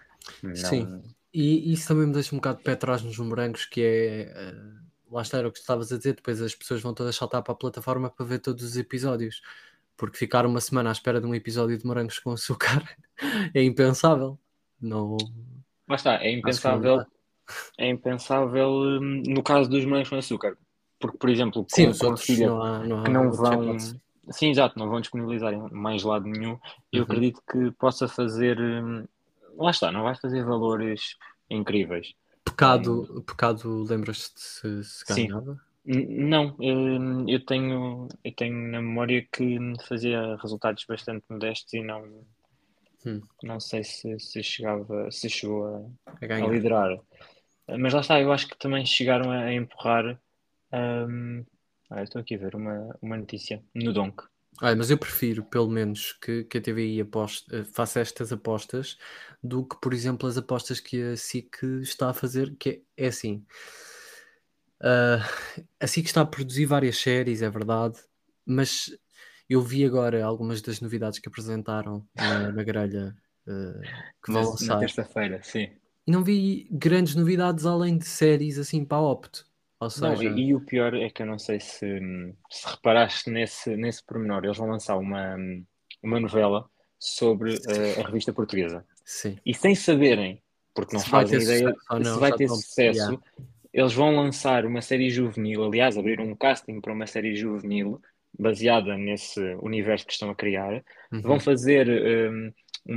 Sim, Não. e isso também me deixa um bocado de pé atrás nos morangos, que é, eh, lá está, era o que estavas a dizer, depois as pessoas vão todas saltar para a plataforma para ver todos os episódios, porque ficar uma semana à espera de um episódio de morangos com açúcar é impensável. Não, Lá está, é acho que não dá. impensável, é impensável hum, no caso dos morangos com açúcar. Porque, por exemplo, Sim, com, os com a outros filha não há, não que há não outra hipótese. vão. Sim, exato, não vão disponibilizar em mais lado nenhum. Eu Uhum. acredito que possa fazer. hum, Lá está, não vai fazer valores incríveis. Hum, Pecado, pecado, lembras-te se, se sim. ganhava? N- Não, hum, eu tenho, eu tenho na memória que fazia resultados bastante modestos e não, Hum, não sei se, se chegava, se chegou a a, a ganhar. liderar. Mas lá está, eu acho que também chegaram a, a empurrar. hum, ah, estou aqui a ver uma, uma notícia no Donk. Olha, mas eu prefiro, pelo menos, que, que a T V I aposte, eh, faça estas apostas do que, por exemplo, as apostas que a SIC está a fazer, que é, é assim. ah, a SIC está a produzir várias séries, é verdade, mas eu vi agora algumas das novidades que apresentaram na, na grelha, eh, que Na, vão na lançar, terça-feira, sim. e não vi grandes novidades além de séries assim para a Opto. Ou Não, seja, e, e o pior é que eu não sei se, se reparaste nesse, nesse pormenor. Eles vão lançar uma, uma novela sobre eh, a revista portuguesa. sim. E sem saberem, porque não Se vai ter fazem ideia sucesso ou se não, vai já ter estão. Yeah. sucesso, eles vão lançar uma série juvenil, aliás, abrir um casting para uma série juvenil baseada nesse universo que estão a criar. Vão Uhum. fazer hum,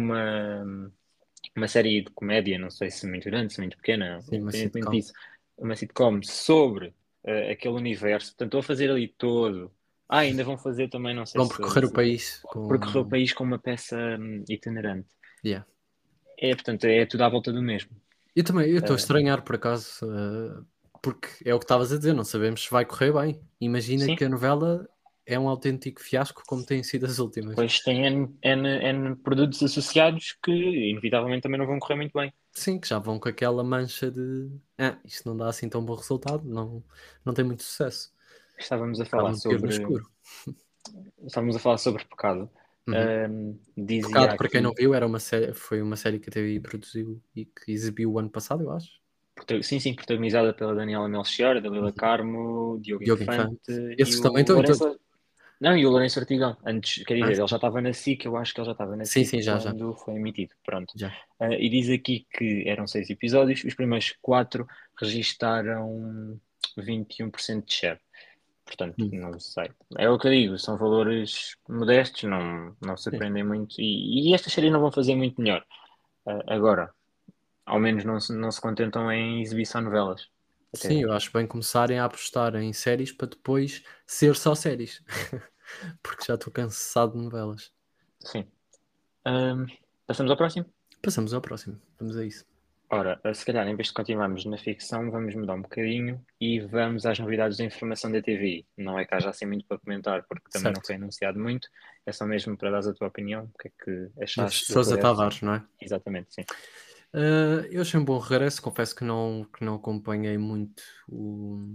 uma, uma série de comédia, não sei se muito grande, se muito pequena, Sim, uma independentemente sitcom. disso, uma sitcom sobre eh, aquele universo. Portanto, vão fazer ali todo. Ah, ainda vão fazer também, não sei Vão se, percorrer o se país percorrer o com. país com uma peça hum, itinerante. Yeah. É, portanto, é tudo à volta do mesmo. Eu também, eu estou a Uh, estranhar por acaso, eh, porque é o que estavas a dizer, não sabemos se vai correr bem. Imagina sim, que a novela é um autêntico fiasco, como tem sido as últimas. pois tem N, N, N produtos associados que inevitavelmente também não vão correr muito bem. Sim, que já vão com aquela mancha de ah, isto não dá assim tão bom resultado, não, não tem muito sucesso. Estávamos a falar Acaba tiro no sobre, escuro. estávamos a falar sobre pecado. Uhum. Um, dizia Pecado, para quem não aqui, viu, era uma série, foi uma série que a T V I produziu e que exibiu o ano passado, eu acho. prota- sim, sim, protagonizada pela Daniela Melchior, Dalila Uhum. Carmo, Diogo Diogo Infante Infante. e Esses também o estão em todos. Lourenço. Não, e o Lourenço Ortigão. Antes, quer Ah, dizer, ele sim. já estava na SIC, eu acho que ele já estava na Sim, SIC sim, já, já, quando foi emitido. Pronto. já. Uh, e diz aqui que eram seis episódios, os primeiros quatro registaram vinte e um por cento de share. Portanto, Hum. não sei. É o que eu digo, são valores modestos, não, não Sim. surpreendem muito. E, e estas séries não vão fazer muito melhor. Uh, agora, ao menos não se, não se contentam em exibir só novelas. Sim, Até, eu acho bem começarem a apostar em séries para depois ser só séries. Porque já estou cansado de novelas. sim. Um, passamos ao próximo? Passamos ao próximo. Vamos a isso. Ora, se calhar, em vez de continuarmos na ficção, vamos mudar um bocadinho e vamos às novidades da informação da T V I. Não é que haja assim muito para comentar, porque também não Certo. foi anunciado muito. É só mesmo para dar a tua opinião. O que é que De achaste do Sousa regresso? Tavares, não é? Exatamente, sim. Ah, eu achei um bom regresso. Confesso que não, que não acompanhei muito o,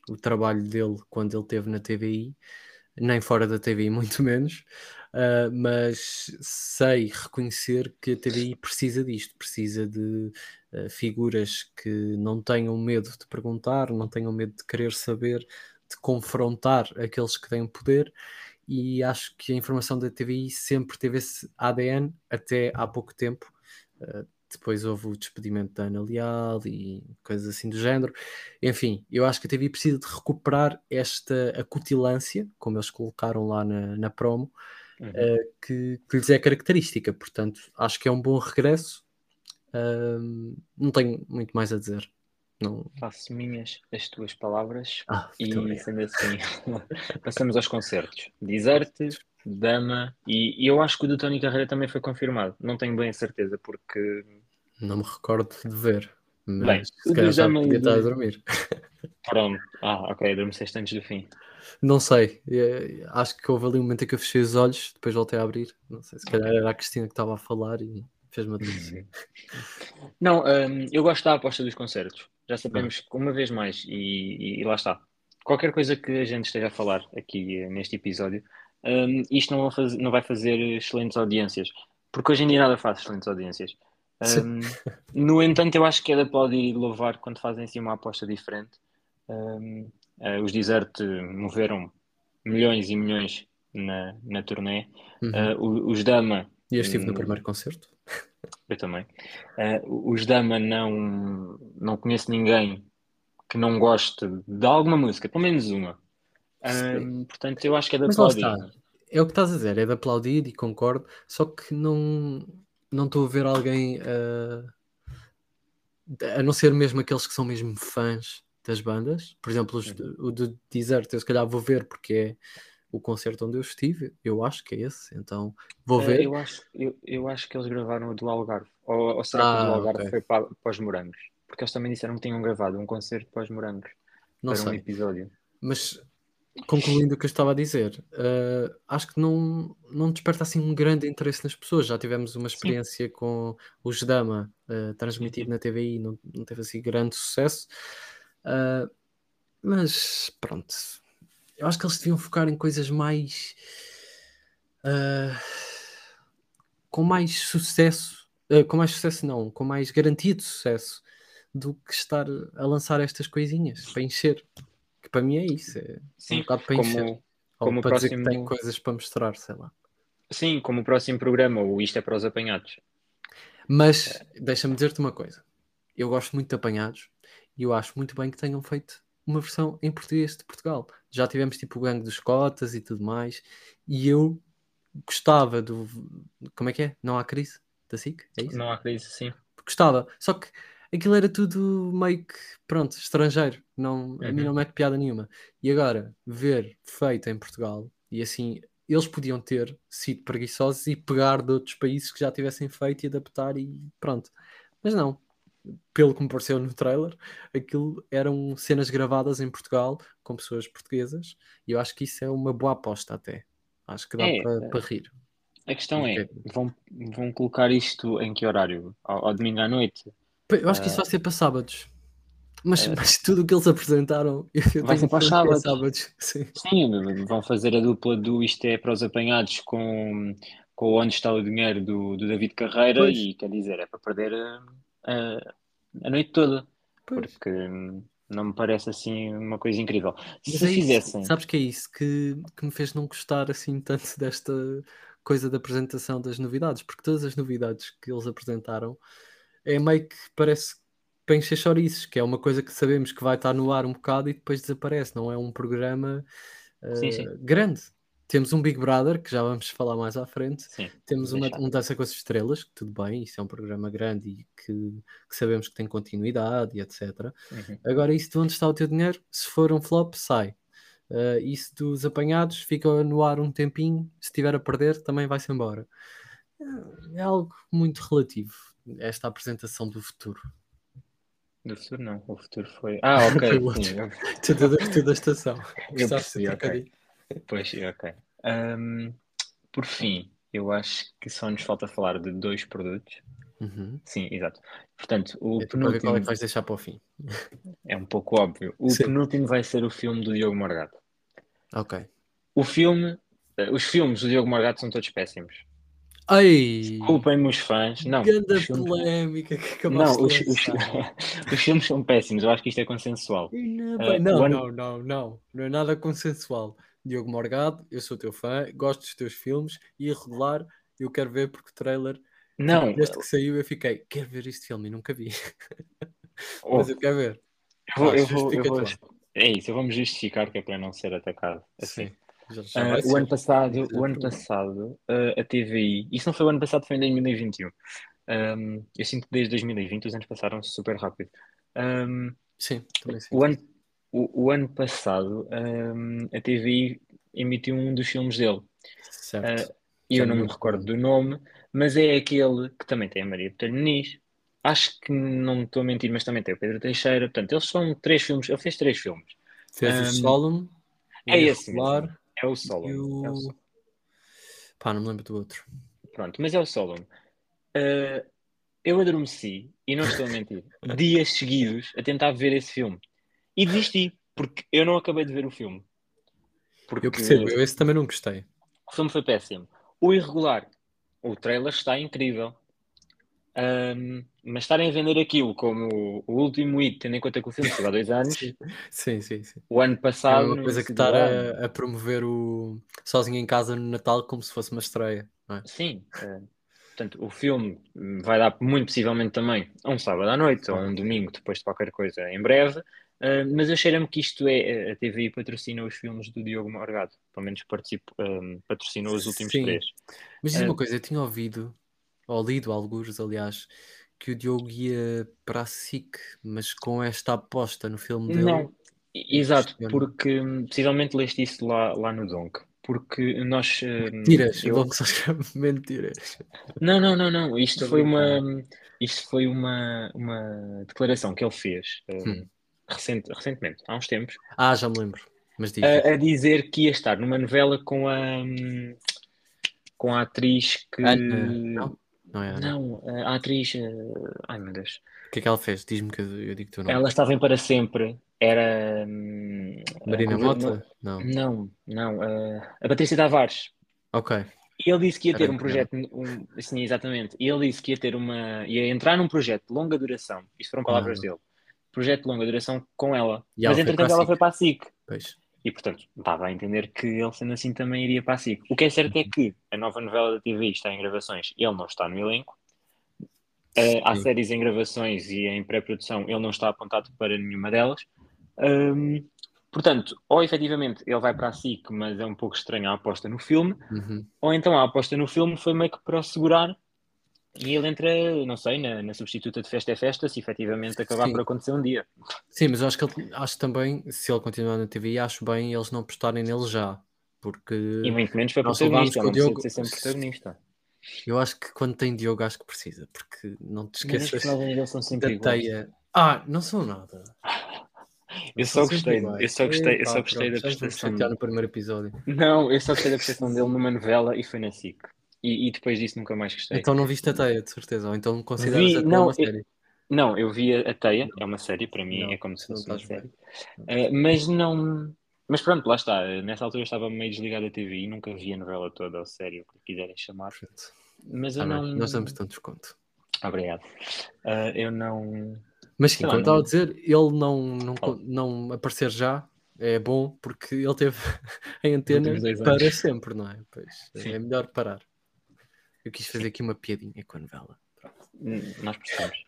o trabalho dele quando ele esteve na T V I, nem fora da T V I, muito menos, uh, mas sei reconhecer que a T V I precisa disto, precisa de uh, figuras que não tenham medo de perguntar, não tenham medo de querer saber, de confrontar aqueles que têm poder, e acho que a informação da T V I sempre teve esse A D N até há pouco tempo. Uh, depois houve o despedimento da Ana Leal e coisas assim do género. Enfim, eu acho que a T V I precisa de recuperar esta acutilância, como eles colocaram lá na, na promo, Uhum. uh, que, que lhes é característica. Portanto, acho que é um bom regresso. Uh, não tenho muito mais a dizer. Não... Faço minhas as tuas palavras Ah, e, sendo assim, passamos aos concertos. Deserte, Dama e, e eu acho que o do Tony Carreira também foi confirmado. Não tenho bem a certeza porque... Não me recordo de ver, Bem, mas se o calhar dos já Dama e podia estar a do... dormir. Pronto. Ah, ok, adormeceste antes do fim. Não sei, eh, acho que houve ali um momento em que eu fechei os olhos, depois voltei a abrir. Não sei, se calhar Ok. era a Cristina que estava a falar e fez-me adormecer. Não, hum, eu gosto da aposta dos concertos. Já Ah, sabemos que uma vez mais, e, e- e lá está. Qualquer coisa que a gente esteja a falar aqui eh, neste episódio, hum, isto não vai, fazer, não vai fazer excelentes audiências, porque hoje em dia nada faz excelentes audiências. sim. Hum, no entanto, eu acho que é de aplaudir e de louvar quando fazem assim uma aposta diferente. Hum, eh, os Desert moveram milhões e milhões na, na turnê. Uhum. Eh, o- os Dama. E eu estive no hum, primeiro concerto. eu também. Eh, os Dama não, não conheço ninguém que não goste de alguma música, pelo menos uma. Sim. Ahm, portanto, eu acho que é de Mas lá está, aplaudir. é o que estás a dizer, é de aplaudir e concordo, só que não não estou a ver alguém, ah, a não ser mesmo aqueles que são mesmo fãs das bandas. Por exemplo, os- Uhum. o do Desert, eu se calhar vou ver porque é o concerto onde eu estive, eu acho que é esse, então vou Eh, ver. eu acho, eu, eu acho que eles gravaram o do Algarve. Ou, ou será que o do Ah, ok. Algarve foi para, para os Morangos? Porque eles também disseram que tinham gravado um concerto para os Morangos, Não para um sei. episódio. Mas concluindo o que eu estava a dizer, eh, acho que não, não desperta assim um grande interesse nas pessoas. Já tivemos uma Sim. experiência com os Dama, eh, transmitido Uhum. na T V I, não, não teve assim grande sucesso. Ah, mas pronto, eu acho que eles deviam focar em coisas mais ah, com mais sucesso, ah, com mais sucesso não, com mais garantia de sucesso do que estar a lançar estas coisinhas para encher. Que para mim é isso, é um Sim, bocado para encher. como, Ou como o para dizer que tem próximo, coisas para mostrar, sei lá. sim, como o próximo programa, o Isto é para os Apanhados. Mas deixa-me dizer-te uma coisa. Eu gosto muito de Apanhados e eu acho muito bem que tenham feito uma versão em português de Portugal. Já tivemos tipo o Gangue dos Cotas e tudo mais. E eu gostava do. Como é que é? Não há crise? Da SIC? É isso? Não há crise, sim. Gostava. Só que aquilo era tudo meio que, pronto, estrangeiro. Não, a mim não Uhum. mete piada nenhuma. E agora, ver feito em Portugal, e assim, eles podiam ter sido preguiçosos e pegar de outros países que já tivessem feito e adaptar e pronto. Mas não. Pelo que me pareceu no trailer, aquilo eram cenas gravadas em Portugal com pessoas portuguesas e eu acho que isso é uma boa aposta até. Acho que dá É, para para rir. a questão E é, que- vão, vão colocar isto em que horário? Ao, ao domingo à noite? Eu acho que isso Ah, vai ser para sábados. Mas, ah, mas tudo o que eles apresentaram, eu vai tenho ser para os noção que é sábados. sábados. Sim. Sim, vão fazer a dupla do Isto é para os Apanhados com, com Onde está o Dinheiro do, do David Carreira Pois, e quer dizer, é para perder a, a, a noite toda, pois. porque hum, não me parece assim uma coisa incrível. Mas Se é isso, fizessem, sabes que é isso que, que me fez não gostar assim tanto desta coisa da apresentação das novidades, porque todas as novidades que eles apresentaram é meio que parece para encher chouriços, que é uma coisa que sabemos que vai estar no ar um bocado e depois desaparece, não é um programa sim, sim, eh, grande. Temos um Big Brother, que já vamos falar mais à frente, sim, temos vamos uma, deixar. um Dança com as Estrelas, que tudo bem, isso é um programa grande e que, que sabemos que tem continuidade e etcétera. Uhum. Agora, isso de onde está o teu dinheiro, se for um flop, sai. Uh, isso dos apanhados fica no ar um tempinho, se estiver a perder, também vai-se embora. É algo muito relativo, esta apresentação do futuro. Do futuro não, o futuro foi. Ah, Foi ok, o outro. sim, eu, Tudo da, tudo da estação. eu Gostaste do percebi, ok. trocadilho? Pois, ok. Hum, por fim, eu acho que só nos falta falar de dois produtos. Uhum. Sim, exato. Portanto, o Eu estou para ver qual é penúltimo que vais deixar para o fim. é um pouco óbvio. O Sim. penúltimo vai ser o filme do Diogo Morgado. Ok. O filme, eh, os filmes do Diogo Morgado são todos péssimos. Ai! Desculpem-me os fãs. Não, os Ganda filmes, polémica que não, acabaste de os, os, lançar. os filmes são péssimos. Eu acho que isto é consensual. E não, bem- Eh, o não, ano, não, não, não. Não é nada consensual. Diogo Morgado, eu sou teu fã, gosto dos teus filmes, e irregular, eu quero ver porque o trailer, tipo, não, desde que saiu, eu fiquei, quero ver este filme e nunca vi. Mas oh, eu quero ver. eu vou, Vá, eu vou, eu justifica-te vou, lá. é isso, eu vou me justificar que é para não ser atacado assim. Sim, já, já Ah, vai o ano ser. Nem que passado, o seja ano por mim. passado, ah, a T V I, isso não foi o ano passado, foi em dois mil e vinte e um. Um, eu sinto que desde dois mil e vinte os anos passaram super rápido. Um, Sim, também o sinto ano, isso. o, o ano passado, um, a T V I emitiu um dos filmes dele. Certo. Uh, e Já eu não não me me lembro do recordo nome. do nome, mas é aquele que também tem a Maria Botelho Muniz. Acho que não me estou a mentir, mas também tem o Pedro Teixeira. Portanto, eles são três filmes. Ele fez três filmes. Fez o Um, Solemn, o é esse mesmo. Irregular É o e Solon. É o o. Solon. Pá, não me lembro do outro. Pronto, mas é o Solon. Uh, eu adormeci, e não estou a mentir, dias seguidos a tentar ver esse filme. E desisti, porque eu não acabei de ver o filme. Eu Porque percebo, eu esse também não gostei. o filme foi péssimo. O Irregular, o trailer está incrível. Um, mas estarem a vender aquilo como o, o último hit, tendo em conta que o filme saiu há dois anos, Sim, sim, sim, sim. o ano É a passado, mesma no coisa que início do estar ano. a, a promover o Sozinho em Casa no Natal como se fosse uma estreia, não é? Sim. Uh, portanto, o filme vai dar muito possivelmente também a um sábado à noite ou a Claro. um domingo depois de qualquer coisa em breve. Uh, mas eu cheiro-me que isto é, a T V I patrocina os filmes do Diogo Morgado, pelo menos participo, um, patrocinou os últimos Sim, três. mas diz uma Uh, coisa, eu tinha ouvido, ou lido algures, aliás, que o Diogo ia para a SIC, mas com esta aposta no filme dele, não, E- eu exato, questiono. porque hum, possivelmente leste isso lá, lá no Donk. Porque nós, hum, Mentiras, o eu, Dom que só escreve mentiras. não, não, não, não, isto Estou a foi uma, brincar. isto foi uma, uma declaração que ele fez hum, Hum. recente, recentemente, há uns tempos, Ah, já me lembro, mas diz, diz. a, a dizer que ia estar numa novela com a, hum, com a atriz Ana, que, não? Não é Ana. não, a atriz, eh, ai meu Deus, O que é que ela fez? Diz-me que eu, eu digo o teu nome. ela estava em Para Sempre, era, hum, a Marina gover- não, Mota? Não. não, não, eh, a Patrícia Tavares. Ok, E ele disse que ia era ter um anterior. projeto, um, sim, exatamente. E ele disse que ia ter uma, ia entrar num projeto de longa duração. Isto foram Com palavras ela. dele. Projeto de longa duração com ela. E Mas ela foi para a entretanto ela SIC. foi para a SIC. Pois. E portanto, estava a entender que ele sendo assim também iria para a SIC. O que é certo é que a nova novela da T V está em gravações, ele não está no elenco. Uh, há Sim. séries em gravações e em pré-produção, ele não está apontado para nenhuma delas. Um, portanto, ou efetivamente ele vai para a SIC, mas é um pouco estranha a aposta no filme, Uhum. ou então a aposta no filme foi meio que para o segurar e ele entra, não sei, na, na substituta de Festa é Festa, se efetivamente acabar por Sim. acontecer um dia. Sim, mas eu acho que ele, acho também, se ele continuar na T V I, acho bem eles não apostarem nele já. E Porque muito menos para nós levámos protagonista, ele com o não precisa de Diogo. ser sempre protagonista. Eu acho que quando tem Diogo, acho que precisa. Porque não te Mas as esqueças personagens dele são da sempre iguais. teia. Ah, não são nada. Não Eu são só sempre gostei, eu iguais. só gostei, eu só Epá, gostei pronto, da já nos vamos prestação. chatear no primeiro episódio. Não, eu só gostei da prestação dele numa novela e foi na SIC. E, e depois disso nunca mais gostei. Então não viste a teia, de certeza. Ou então consideras Vi, a teia não, uma eu, série. não, eu vi a, a Teia, é Não, uma série, para mim é não, como se se não fosse uma estás série. bem. Não estás Uh, mas não. Mas pronto, lá está. Nessa altura eu estava meio desligado da T V e nunca vi a novela toda, ou série, o que quiserem chamar. Perfeito. Mas eu Está bem, nós damos não. tanto desconto. Obrigado. Uh, eu não. Mas sim, Sei lá, como eu estava a não. dizer, ele não, não, Fala, não aparecer já é bom porque ele teve em os últimos antena dois anos. para sempre, não é? Pois é Sim, melhor parar. Eu quis fazer sim. aqui uma piadinha com a novela. Hum, Nós percebemos.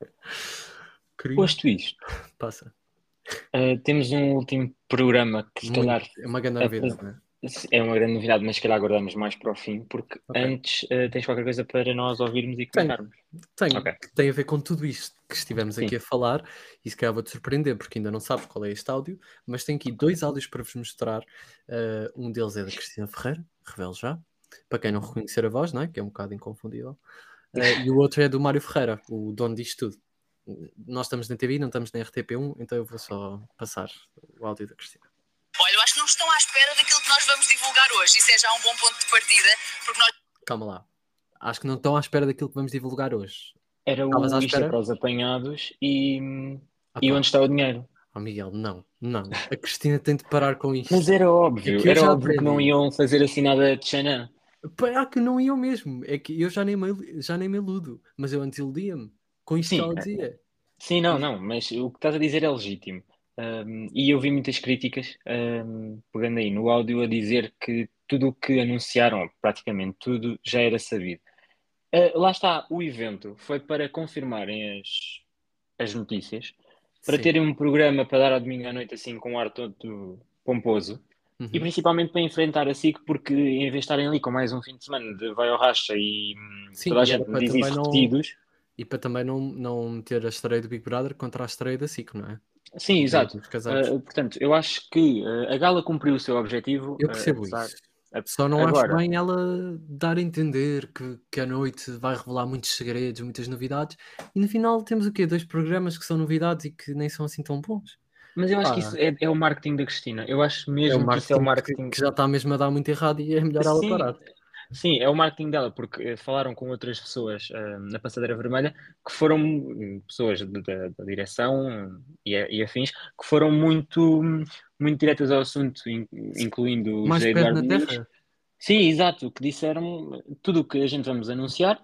Querido, Posto isto, passa. uh, temos um último programa que se Muito. calhar É uma grande novidade, não é? é uma grande novidade, mas se calhar guardamos mais para o fim, porque Ok. antes uh, tens qualquer coisa para nós ouvirmos e Tenho, comentarmos. tenho. Ok, Que tem a ver com tudo isto que estivemos aqui sim. a falar e se calhar vou-te surpreender porque ainda não sabes qual é este áudio, mas tenho aqui dois áudios para vos mostrar. Uh, um deles é da Cristina Ferreira, revelo já, para quem não reconhecer a voz, não é? Que é um bocado inconfundível. Uh, e o outro é do Mário Ferreira, o dono disto tudo. Nós estamos na T V, não estamos na R T P um, então eu vou só passar o áudio da Cristina. Olha, eu acho que não estão à espera daquilo que nós vamos divulgar hoje. Isso é já um bom ponto de partida, porque nós... Calma lá. Acho que não estão à espera daquilo que vamos divulgar hoje. Era Estavas à o Isto é espera? para os apanhados e, Ah e pá, Onde está o dinheiro. oh Miguel, não, não. A Cristina tem de parar com Mas isto. era É óbvio, que eu era já óbvio que não aprendi. iam fazer assim nada de Xanã. Pá, que não iam mesmo. É que eu já nem me, já nem me iludo. Mas eu antes iludia-me com isto que Sim, ela eh, dizia. sim, não, E- não, mas o que estás a dizer é legítimo. Um, e eu vi muitas críticas, um, pegando aí no áudio, a dizer que tudo o que anunciaram, praticamente tudo, já era sabido. Uh, lá está, o evento foi para confirmarem as, as notícias, para Sim. terem um programa para dar ao domingo à noite assim com um ar todo pomposo e Uhum. principalmente para enfrentar a SIC, porque em vez de estarem ali com mais um fim de semana de vai ao racha e hum, Sim, toda a e era gente me para diz também isso não. repetidos. E para também não, não meter a estreia do Big Brother contra a estreia da SIC, não é? Sim, Daí exato. dos casados. Uh, portanto, eu acho que uh, a Gala cumpriu o seu objetivo, Eu uh, percebo apesar. isso. a- Só não acho Agora, bem ela dar a entender que, que a noite vai revelar muitos segredos, muitas novidades, e no final temos o quê? Dois programas que são novidades e que nem são assim tão bons. mas eu acho que isso Pá, é, é o marketing da Cristina. Eu acho é o mesmo que isso é o marketing que, marketing. que já está mesmo a dar muito errado e é melhor ela Sim, parar. sim, é o marketing dela, porque eh, falaram com outras pessoas eh, na Passadeira Vermelha que foram hum, pessoas de- da, da direção hum, e, a- e afins que foram muito, hum, muito diretas ao assunto, in- incluindo o Mais José pés na Eduardo Muniz. terra? Sim, exato, que disseram eh, tudo o que a gente vamos anunciar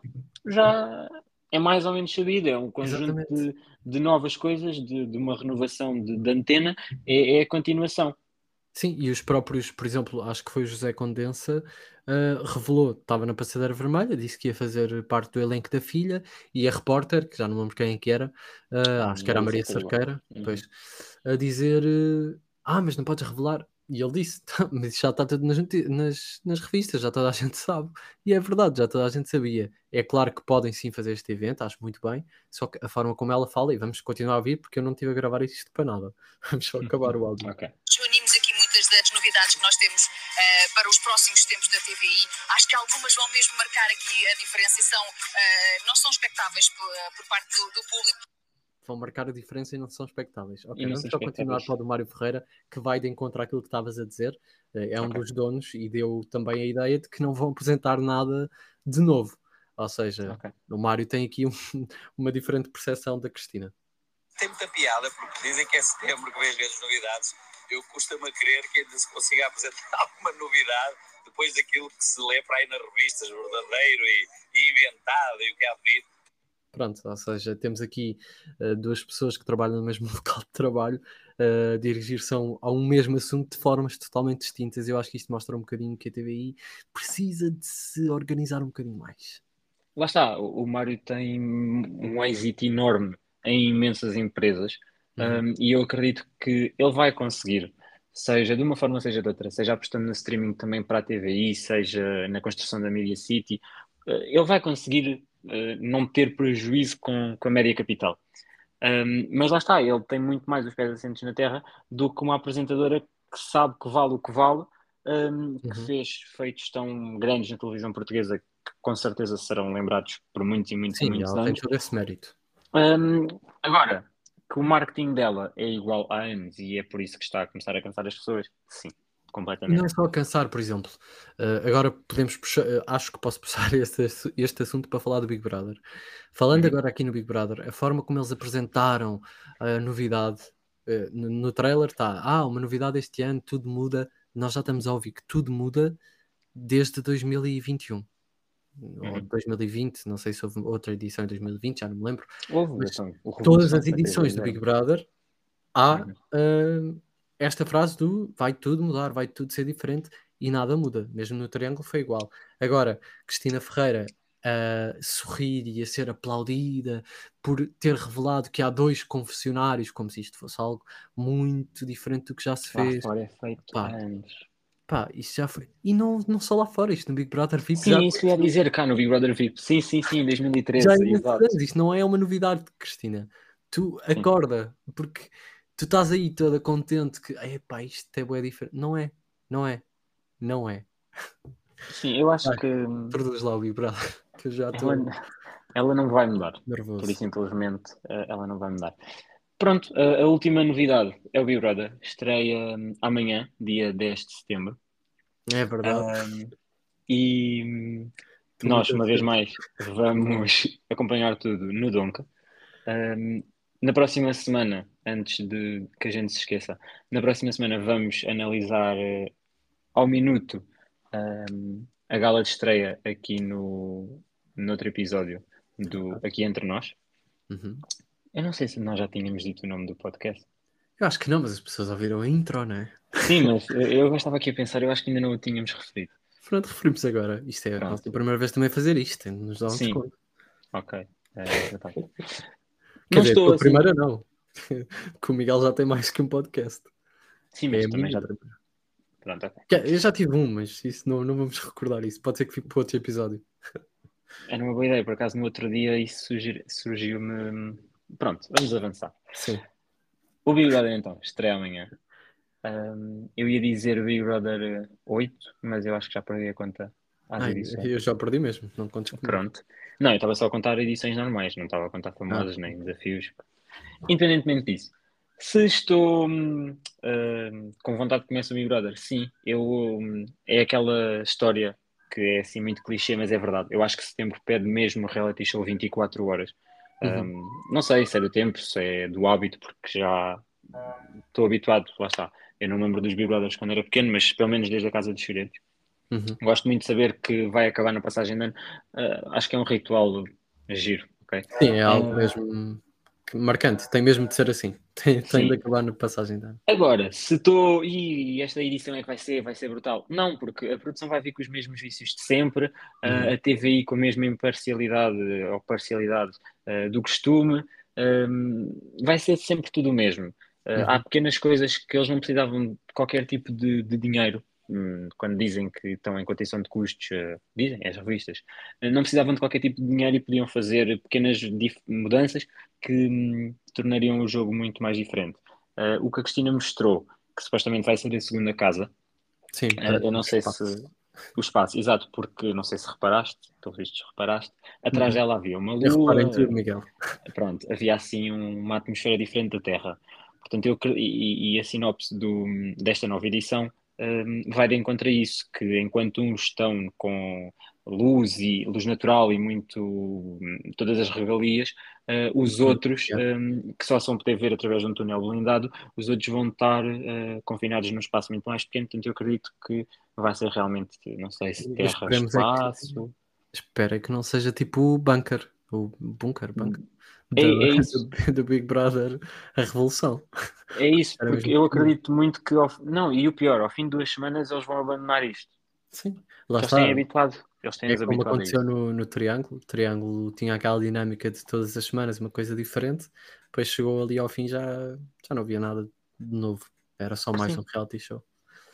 já é mais ou menos sabido, é um conjunto Exatamente. de, de novas coisas, de, de uma renovação de, de antena, é, é a continuação. Sim, e os próprios, por exemplo, acho que foi o José Condensa, ah, revelou, estava na passadeira vermelha, disse que ia fazer parte do elenco da filha, e a repórter, que já não lembro quem é que era, ah, Ah, acho que era a Melissa Maria Silva. Cerqueira, Uhum. pois, a dizer, eh, ah, mas não podes revelar. E ele disse, "Tá, mas isso já está tudo nas, noti- nas, nas revistas, já toda a gente sabe. E é verdade, já toda a gente sabia. É claro que podem sim fazer este evento, acho muito bem, só que a forma como ela fala, e vamos continuar a ouvir, porque eu não estive a gravar isto para nada. Vamos só acabar o áudio. Ok. Reunimos aqui muitas das novidades que nós temos eh, para os próximos tempos da T V I. Acho que algumas vão mesmo marcar aqui a diferença e são, eh, não são expectáveis por, por parte do, do público. Vão marcar a diferença e não são expectáveis. E Ok, não vamos são só continuar expectáveis. para o do Mário Ferreira, que vai de encontro àquilo que estavas a dizer. Eh, É um Ok. dos donos e deu também a ideia de que não vão apresentar nada de novo. Ou seja, Ok. o Mário tem aqui um- uma diferente percepção da Cristina. Tem muita piada, porque dizem que é setembro que vem as grandes novidades. Eu custa-me a crer que ainda se consiga apresentar alguma novidade depois daquilo que se lê para aí nas revistas, verdadeiro e, e inventado e o que há pedido. Pronto, ou seja, temos aqui eh, duas pessoas que trabalham no mesmo local de trabalho eh, a dirigir-se a um, a um mesmo assunto de formas totalmente distintas. Eu acho que isto mostra um bocadinho que a T V I precisa de se organizar um bocadinho mais. Lá está, o, o Mário tem um êxito enorme em imensas empresas, Uhum. um, e eu acredito que ele vai conseguir, seja de uma forma, seja de outra, seja apostando no streaming também para a T V I, seja na construção da Media City, uh, ele vai conseguir uh, não ter prejuízo com, com a média capital. Um, mas lá está, ele tem muito mais os pés assentes na terra do que uma apresentadora que sabe que vale o que vale, um, que Uhum. fez feitos tão grandes na televisão portuguesa que com certeza serão lembrados por muitos e muitos e Sim, muitos ela tem anos. todo esse mérito. Um, agora, que o marketing dela é igual há anos e é por isso que está a começar a cansar as pessoas, sim, E não completamente. é só alcançar, por exemplo. eh, agora podemos puxar, eh, acho que posso puxar este, assu- este assunto para falar do Big Brother. Falando Uhum. agora aqui no Big Brother, a forma como eles apresentaram a novidade, eh, no, no trailer está, ah, uma novidade este ano, tudo muda. Nós já estamos a ouvir que tudo muda desde dois mil e vinte e um. Ou Uhum. dois mil e vinte, não sei se houve outra edição em dois mil e vinte, já não me lembro. Houve, Mas então, o todas Revolução as foi edições do Big T V zero. Brother há Uhum. hum, esta frase do vai tudo mudar, vai tudo ser diferente e nada muda. Mesmo no Triângulo foi igual. Agora, Cristina Ferreira a sorrir e a ser aplaudida por ter revelado que há dois confessionários, como se isto fosse algo muito diferente do que já se Lá fez. fora é feito há Pá, anos. pá, isto já foi. E não, não só lá fora, isto no Big Brother V I P já Sim, isso que eu ia aconteceu. dizer cá no Big Brother V I P. Sim, sim, sim, em Já há dois mil e treze, imensos exato. anos, isto não é uma novidade, Cristina. Tu Sim, acorda, porque tu estás aí toda contente que, epá, isto é bué diferente. Não é, não é, não é. sim, eu acho Vai, que hum, introduz lá o Big Brother, que eu já ela, estou ela não vai mudar. Por nervoso. isso, simplesmente, eh, ela não vai mudar. Pronto, a, a última novidade é o Big Brother. Estreia hum, amanhã, dia dez de setembro. É verdade. Hum, e hum, nós, uma vez mais, vamos acompanhar tudo no Donka. Um, na próxima semana, antes de que a gente se esqueça, na próxima semana vamos analisar uh, ao minuto um, a gala de estreia aqui no, no outro episódio do Aqui Entre Nós. Uhum. Eu não sei se nós já tínhamos dito o nome do podcast. Eu acho que não, mas as pessoas ouviram a intro, não é? Sim, mas eu estava aqui a pensar, eu acho que ainda não o tínhamos referido. Pronto, referimos agora. Isto é a Pronto. nossa primeira vez também a fazer isto, tem de nos dar um Sim. desconto. Ok. É, tá. Quer Não dizer, estou a assim... primeira não. Que o Miguel já tem mais que um podcast. Sim, mas É a também minha. já... Pronto, ok. Que- Eu já tive um, mas isso não, não vamos recordar isso. Pode ser que fique para outro episódio. Era uma boa ideia, por acaso no outro dia isso surgi- surgiu-me... Pronto, vamos avançar. Sim. O Big Brother então, estreia amanhã. Um, eu ia dizer Big Brother oito, mas eu acho que já perdi a conta às Ai, edições. eu já perdi mesmo, não contes comigo. Pronto. Não, eu estava só a contar edições normais, não estava a contar famosas Ah. nem desafios. Independentemente disso, se estou hum, hum, com vontade de começar o Big Brother, sim, eu, hum, é aquela história que é assim muito clichê, mas é verdade. Eu acho que setembro pede mesmo reality show vinte e quatro horas. Uhum. Hum, não sei se é do tempo, se é do hábito, porque já estou habituado, lá está. Eu não me lembro dos Big Brothers quando era pequeno, mas pelo menos desde a Casa dos Segredos. Uhum. Gosto muito de saber que vai acabar na passagem de ano. Uh, acho que é um ritual giro, ok? Sim, é algo Uh, mesmo que- marcante. Tem mesmo de ser assim. Tem, tem Sim. de acabar na passagem de ano. Agora, se estou. E esta edição é que vai ser, vai ser brutal. Não, porque a produção vai vir com os mesmos vícios de sempre, Uhum. uh, a T V I com a mesma imparcialidade ou parcialidade uh, do costume. Um, vai ser sempre tudo o mesmo. Uh, Uhum. Há pequenas coisas que eles não precisavam de qualquer tipo de, de dinheiro. Hum, Quando dizem que estão em contenção de custos, uh, dizem as revistas, uh, não precisavam de qualquer tipo de dinheiro e podiam fazer pequenas dif- mudanças que hum, tornariam o jogo muito mais diferente. Uh, o que a Cristina mostrou, que supostamente vai ser a segunda casa, Sim, uh, parece eu não um sei espaço. se o espaço, exato, porque não sei se reparaste, pelos vistos reparaste, atrás Uhum. dela havia uma Eu reparo em lua, tudo, Miguel. pronto, havia assim um- uma atmosfera diferente da Terra. Portanto, eu, cre- e, e a sinopse do, desta nova edição um, vai de encontro a isso, que enquanto uns estão com luz e luz natural e muito todas as regalias, uh, os Uhum. outros, Yeah. um, que só são poder ver através de um túnel blindado, os outros vão estar uh, confinados num espaço muito mais pequeno. Portanto, eu acredito que vai ser realmente, não sei se terra, Esperemos é que, espaço. espero é que não seja tipo o bunker, o bunker, bunker É, do, é isso. do, do Big Brother, a revolução. É isso, Era porque mesmo eu que- acredito muito que. Ao... Não, e o pior, ao fim de duas semanas eles vão abandonar isto. Sim, lá Porque eles têm está. habituado. Eles É têm-nos como habituado a aconteceu isso. no, no Triângulo. O Triângulo tinha aquela dinâmica de todas as semanas, uma coisa diferente. Depois chegou ali ao fim, já, já não havia nada de novo. Era só mais Sim. um reality show.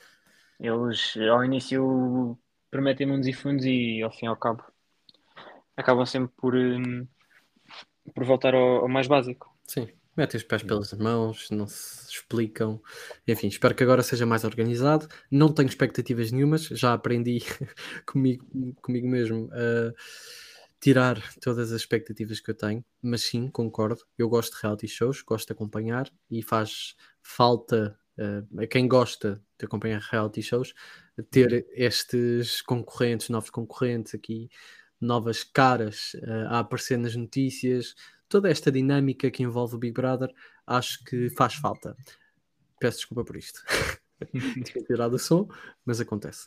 Eles, ao início, prometem mundos e fundos e, ao fim e ao cabo, acabam sempre por, hum, por voltar ao, ao mais básico. Sim, metem os pés pelas mãos, não se explicam. Enfim, espero que agora seja mais organizado. Não tenho expectativas nenhumas, já aprendi comigo, comigo mesmo a tirar todas as expectativas que eu tenho, mas sim, concordo. Eu gosto de reality shows, gosto de acompanhar e faz falta uh, a quem gosta de acompanhar reality shows ter estes concorrentes, novos concorrentes aqui, novas caras uh, a aparecer nas notícias. Toda esta dinâmica que envolve o Big Brother, acho que faz falta. Peço desculpa por isto. Tinha tirado o som, mas acontece.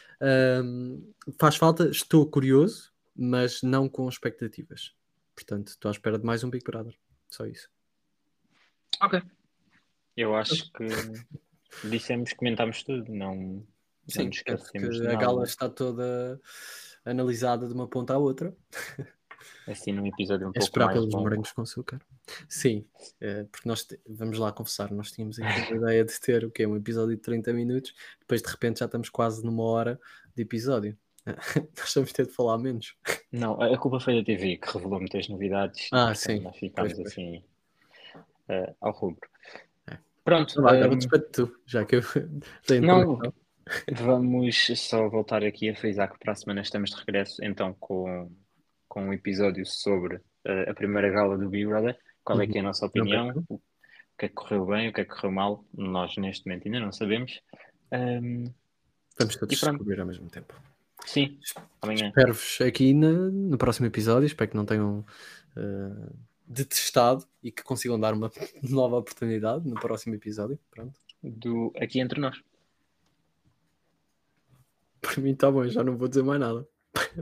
Um, faz falta, estou curioso, mas não com expectativas. Portanto, estou à espera de mais um Big Brother. Só isso. Ok. Eu acho que dissemos, comentámos tudo, não, não Sim, nos penso que esquecemos de a nada. gala está toda analisada de uma ponta à outra. Assim, num episódio um É pouco esperar mais pelos longo. morangos com açúcar. Sim, é, porque nós, te- vamos lá confessar, nós tínhamos aqui a ideia de ter o quê? Um episódio de trinta minutos, depois de repente já estamos quase numa hora de episódio. Nós vamos ter de falar menos. Não, a culpa foi da T V, que revelou muitas novidades. Ah, e, portanto, sim. nós ficámos Pois, pois. assim uh, ao rubro. É. Pronto. Então, vai, um, agora despeito tu, já que eu dei a não, introdução. vamos só voltar aqui a frisar que para a semana estamos de regresso, então com, com um episódio sobre uh, a primeira gala do Big Brother. Qual é que é a nossa Não opinião? percam. O que é que correu bem, o que é que correu mal? Nós neste momento ainda não sabemos. Um, Vamos todos E pronto. descobrir ao mesmo tempo. Sim, amanhã. Espero-vos aqui na, no próximo episódio. Espero que não tenham uh, detestado e que consigam dar uma nova oportunidade no próximo episódio. Pronto. Do Aqui Entre Nós. Por mim está bom, já não vou dizer mais nada.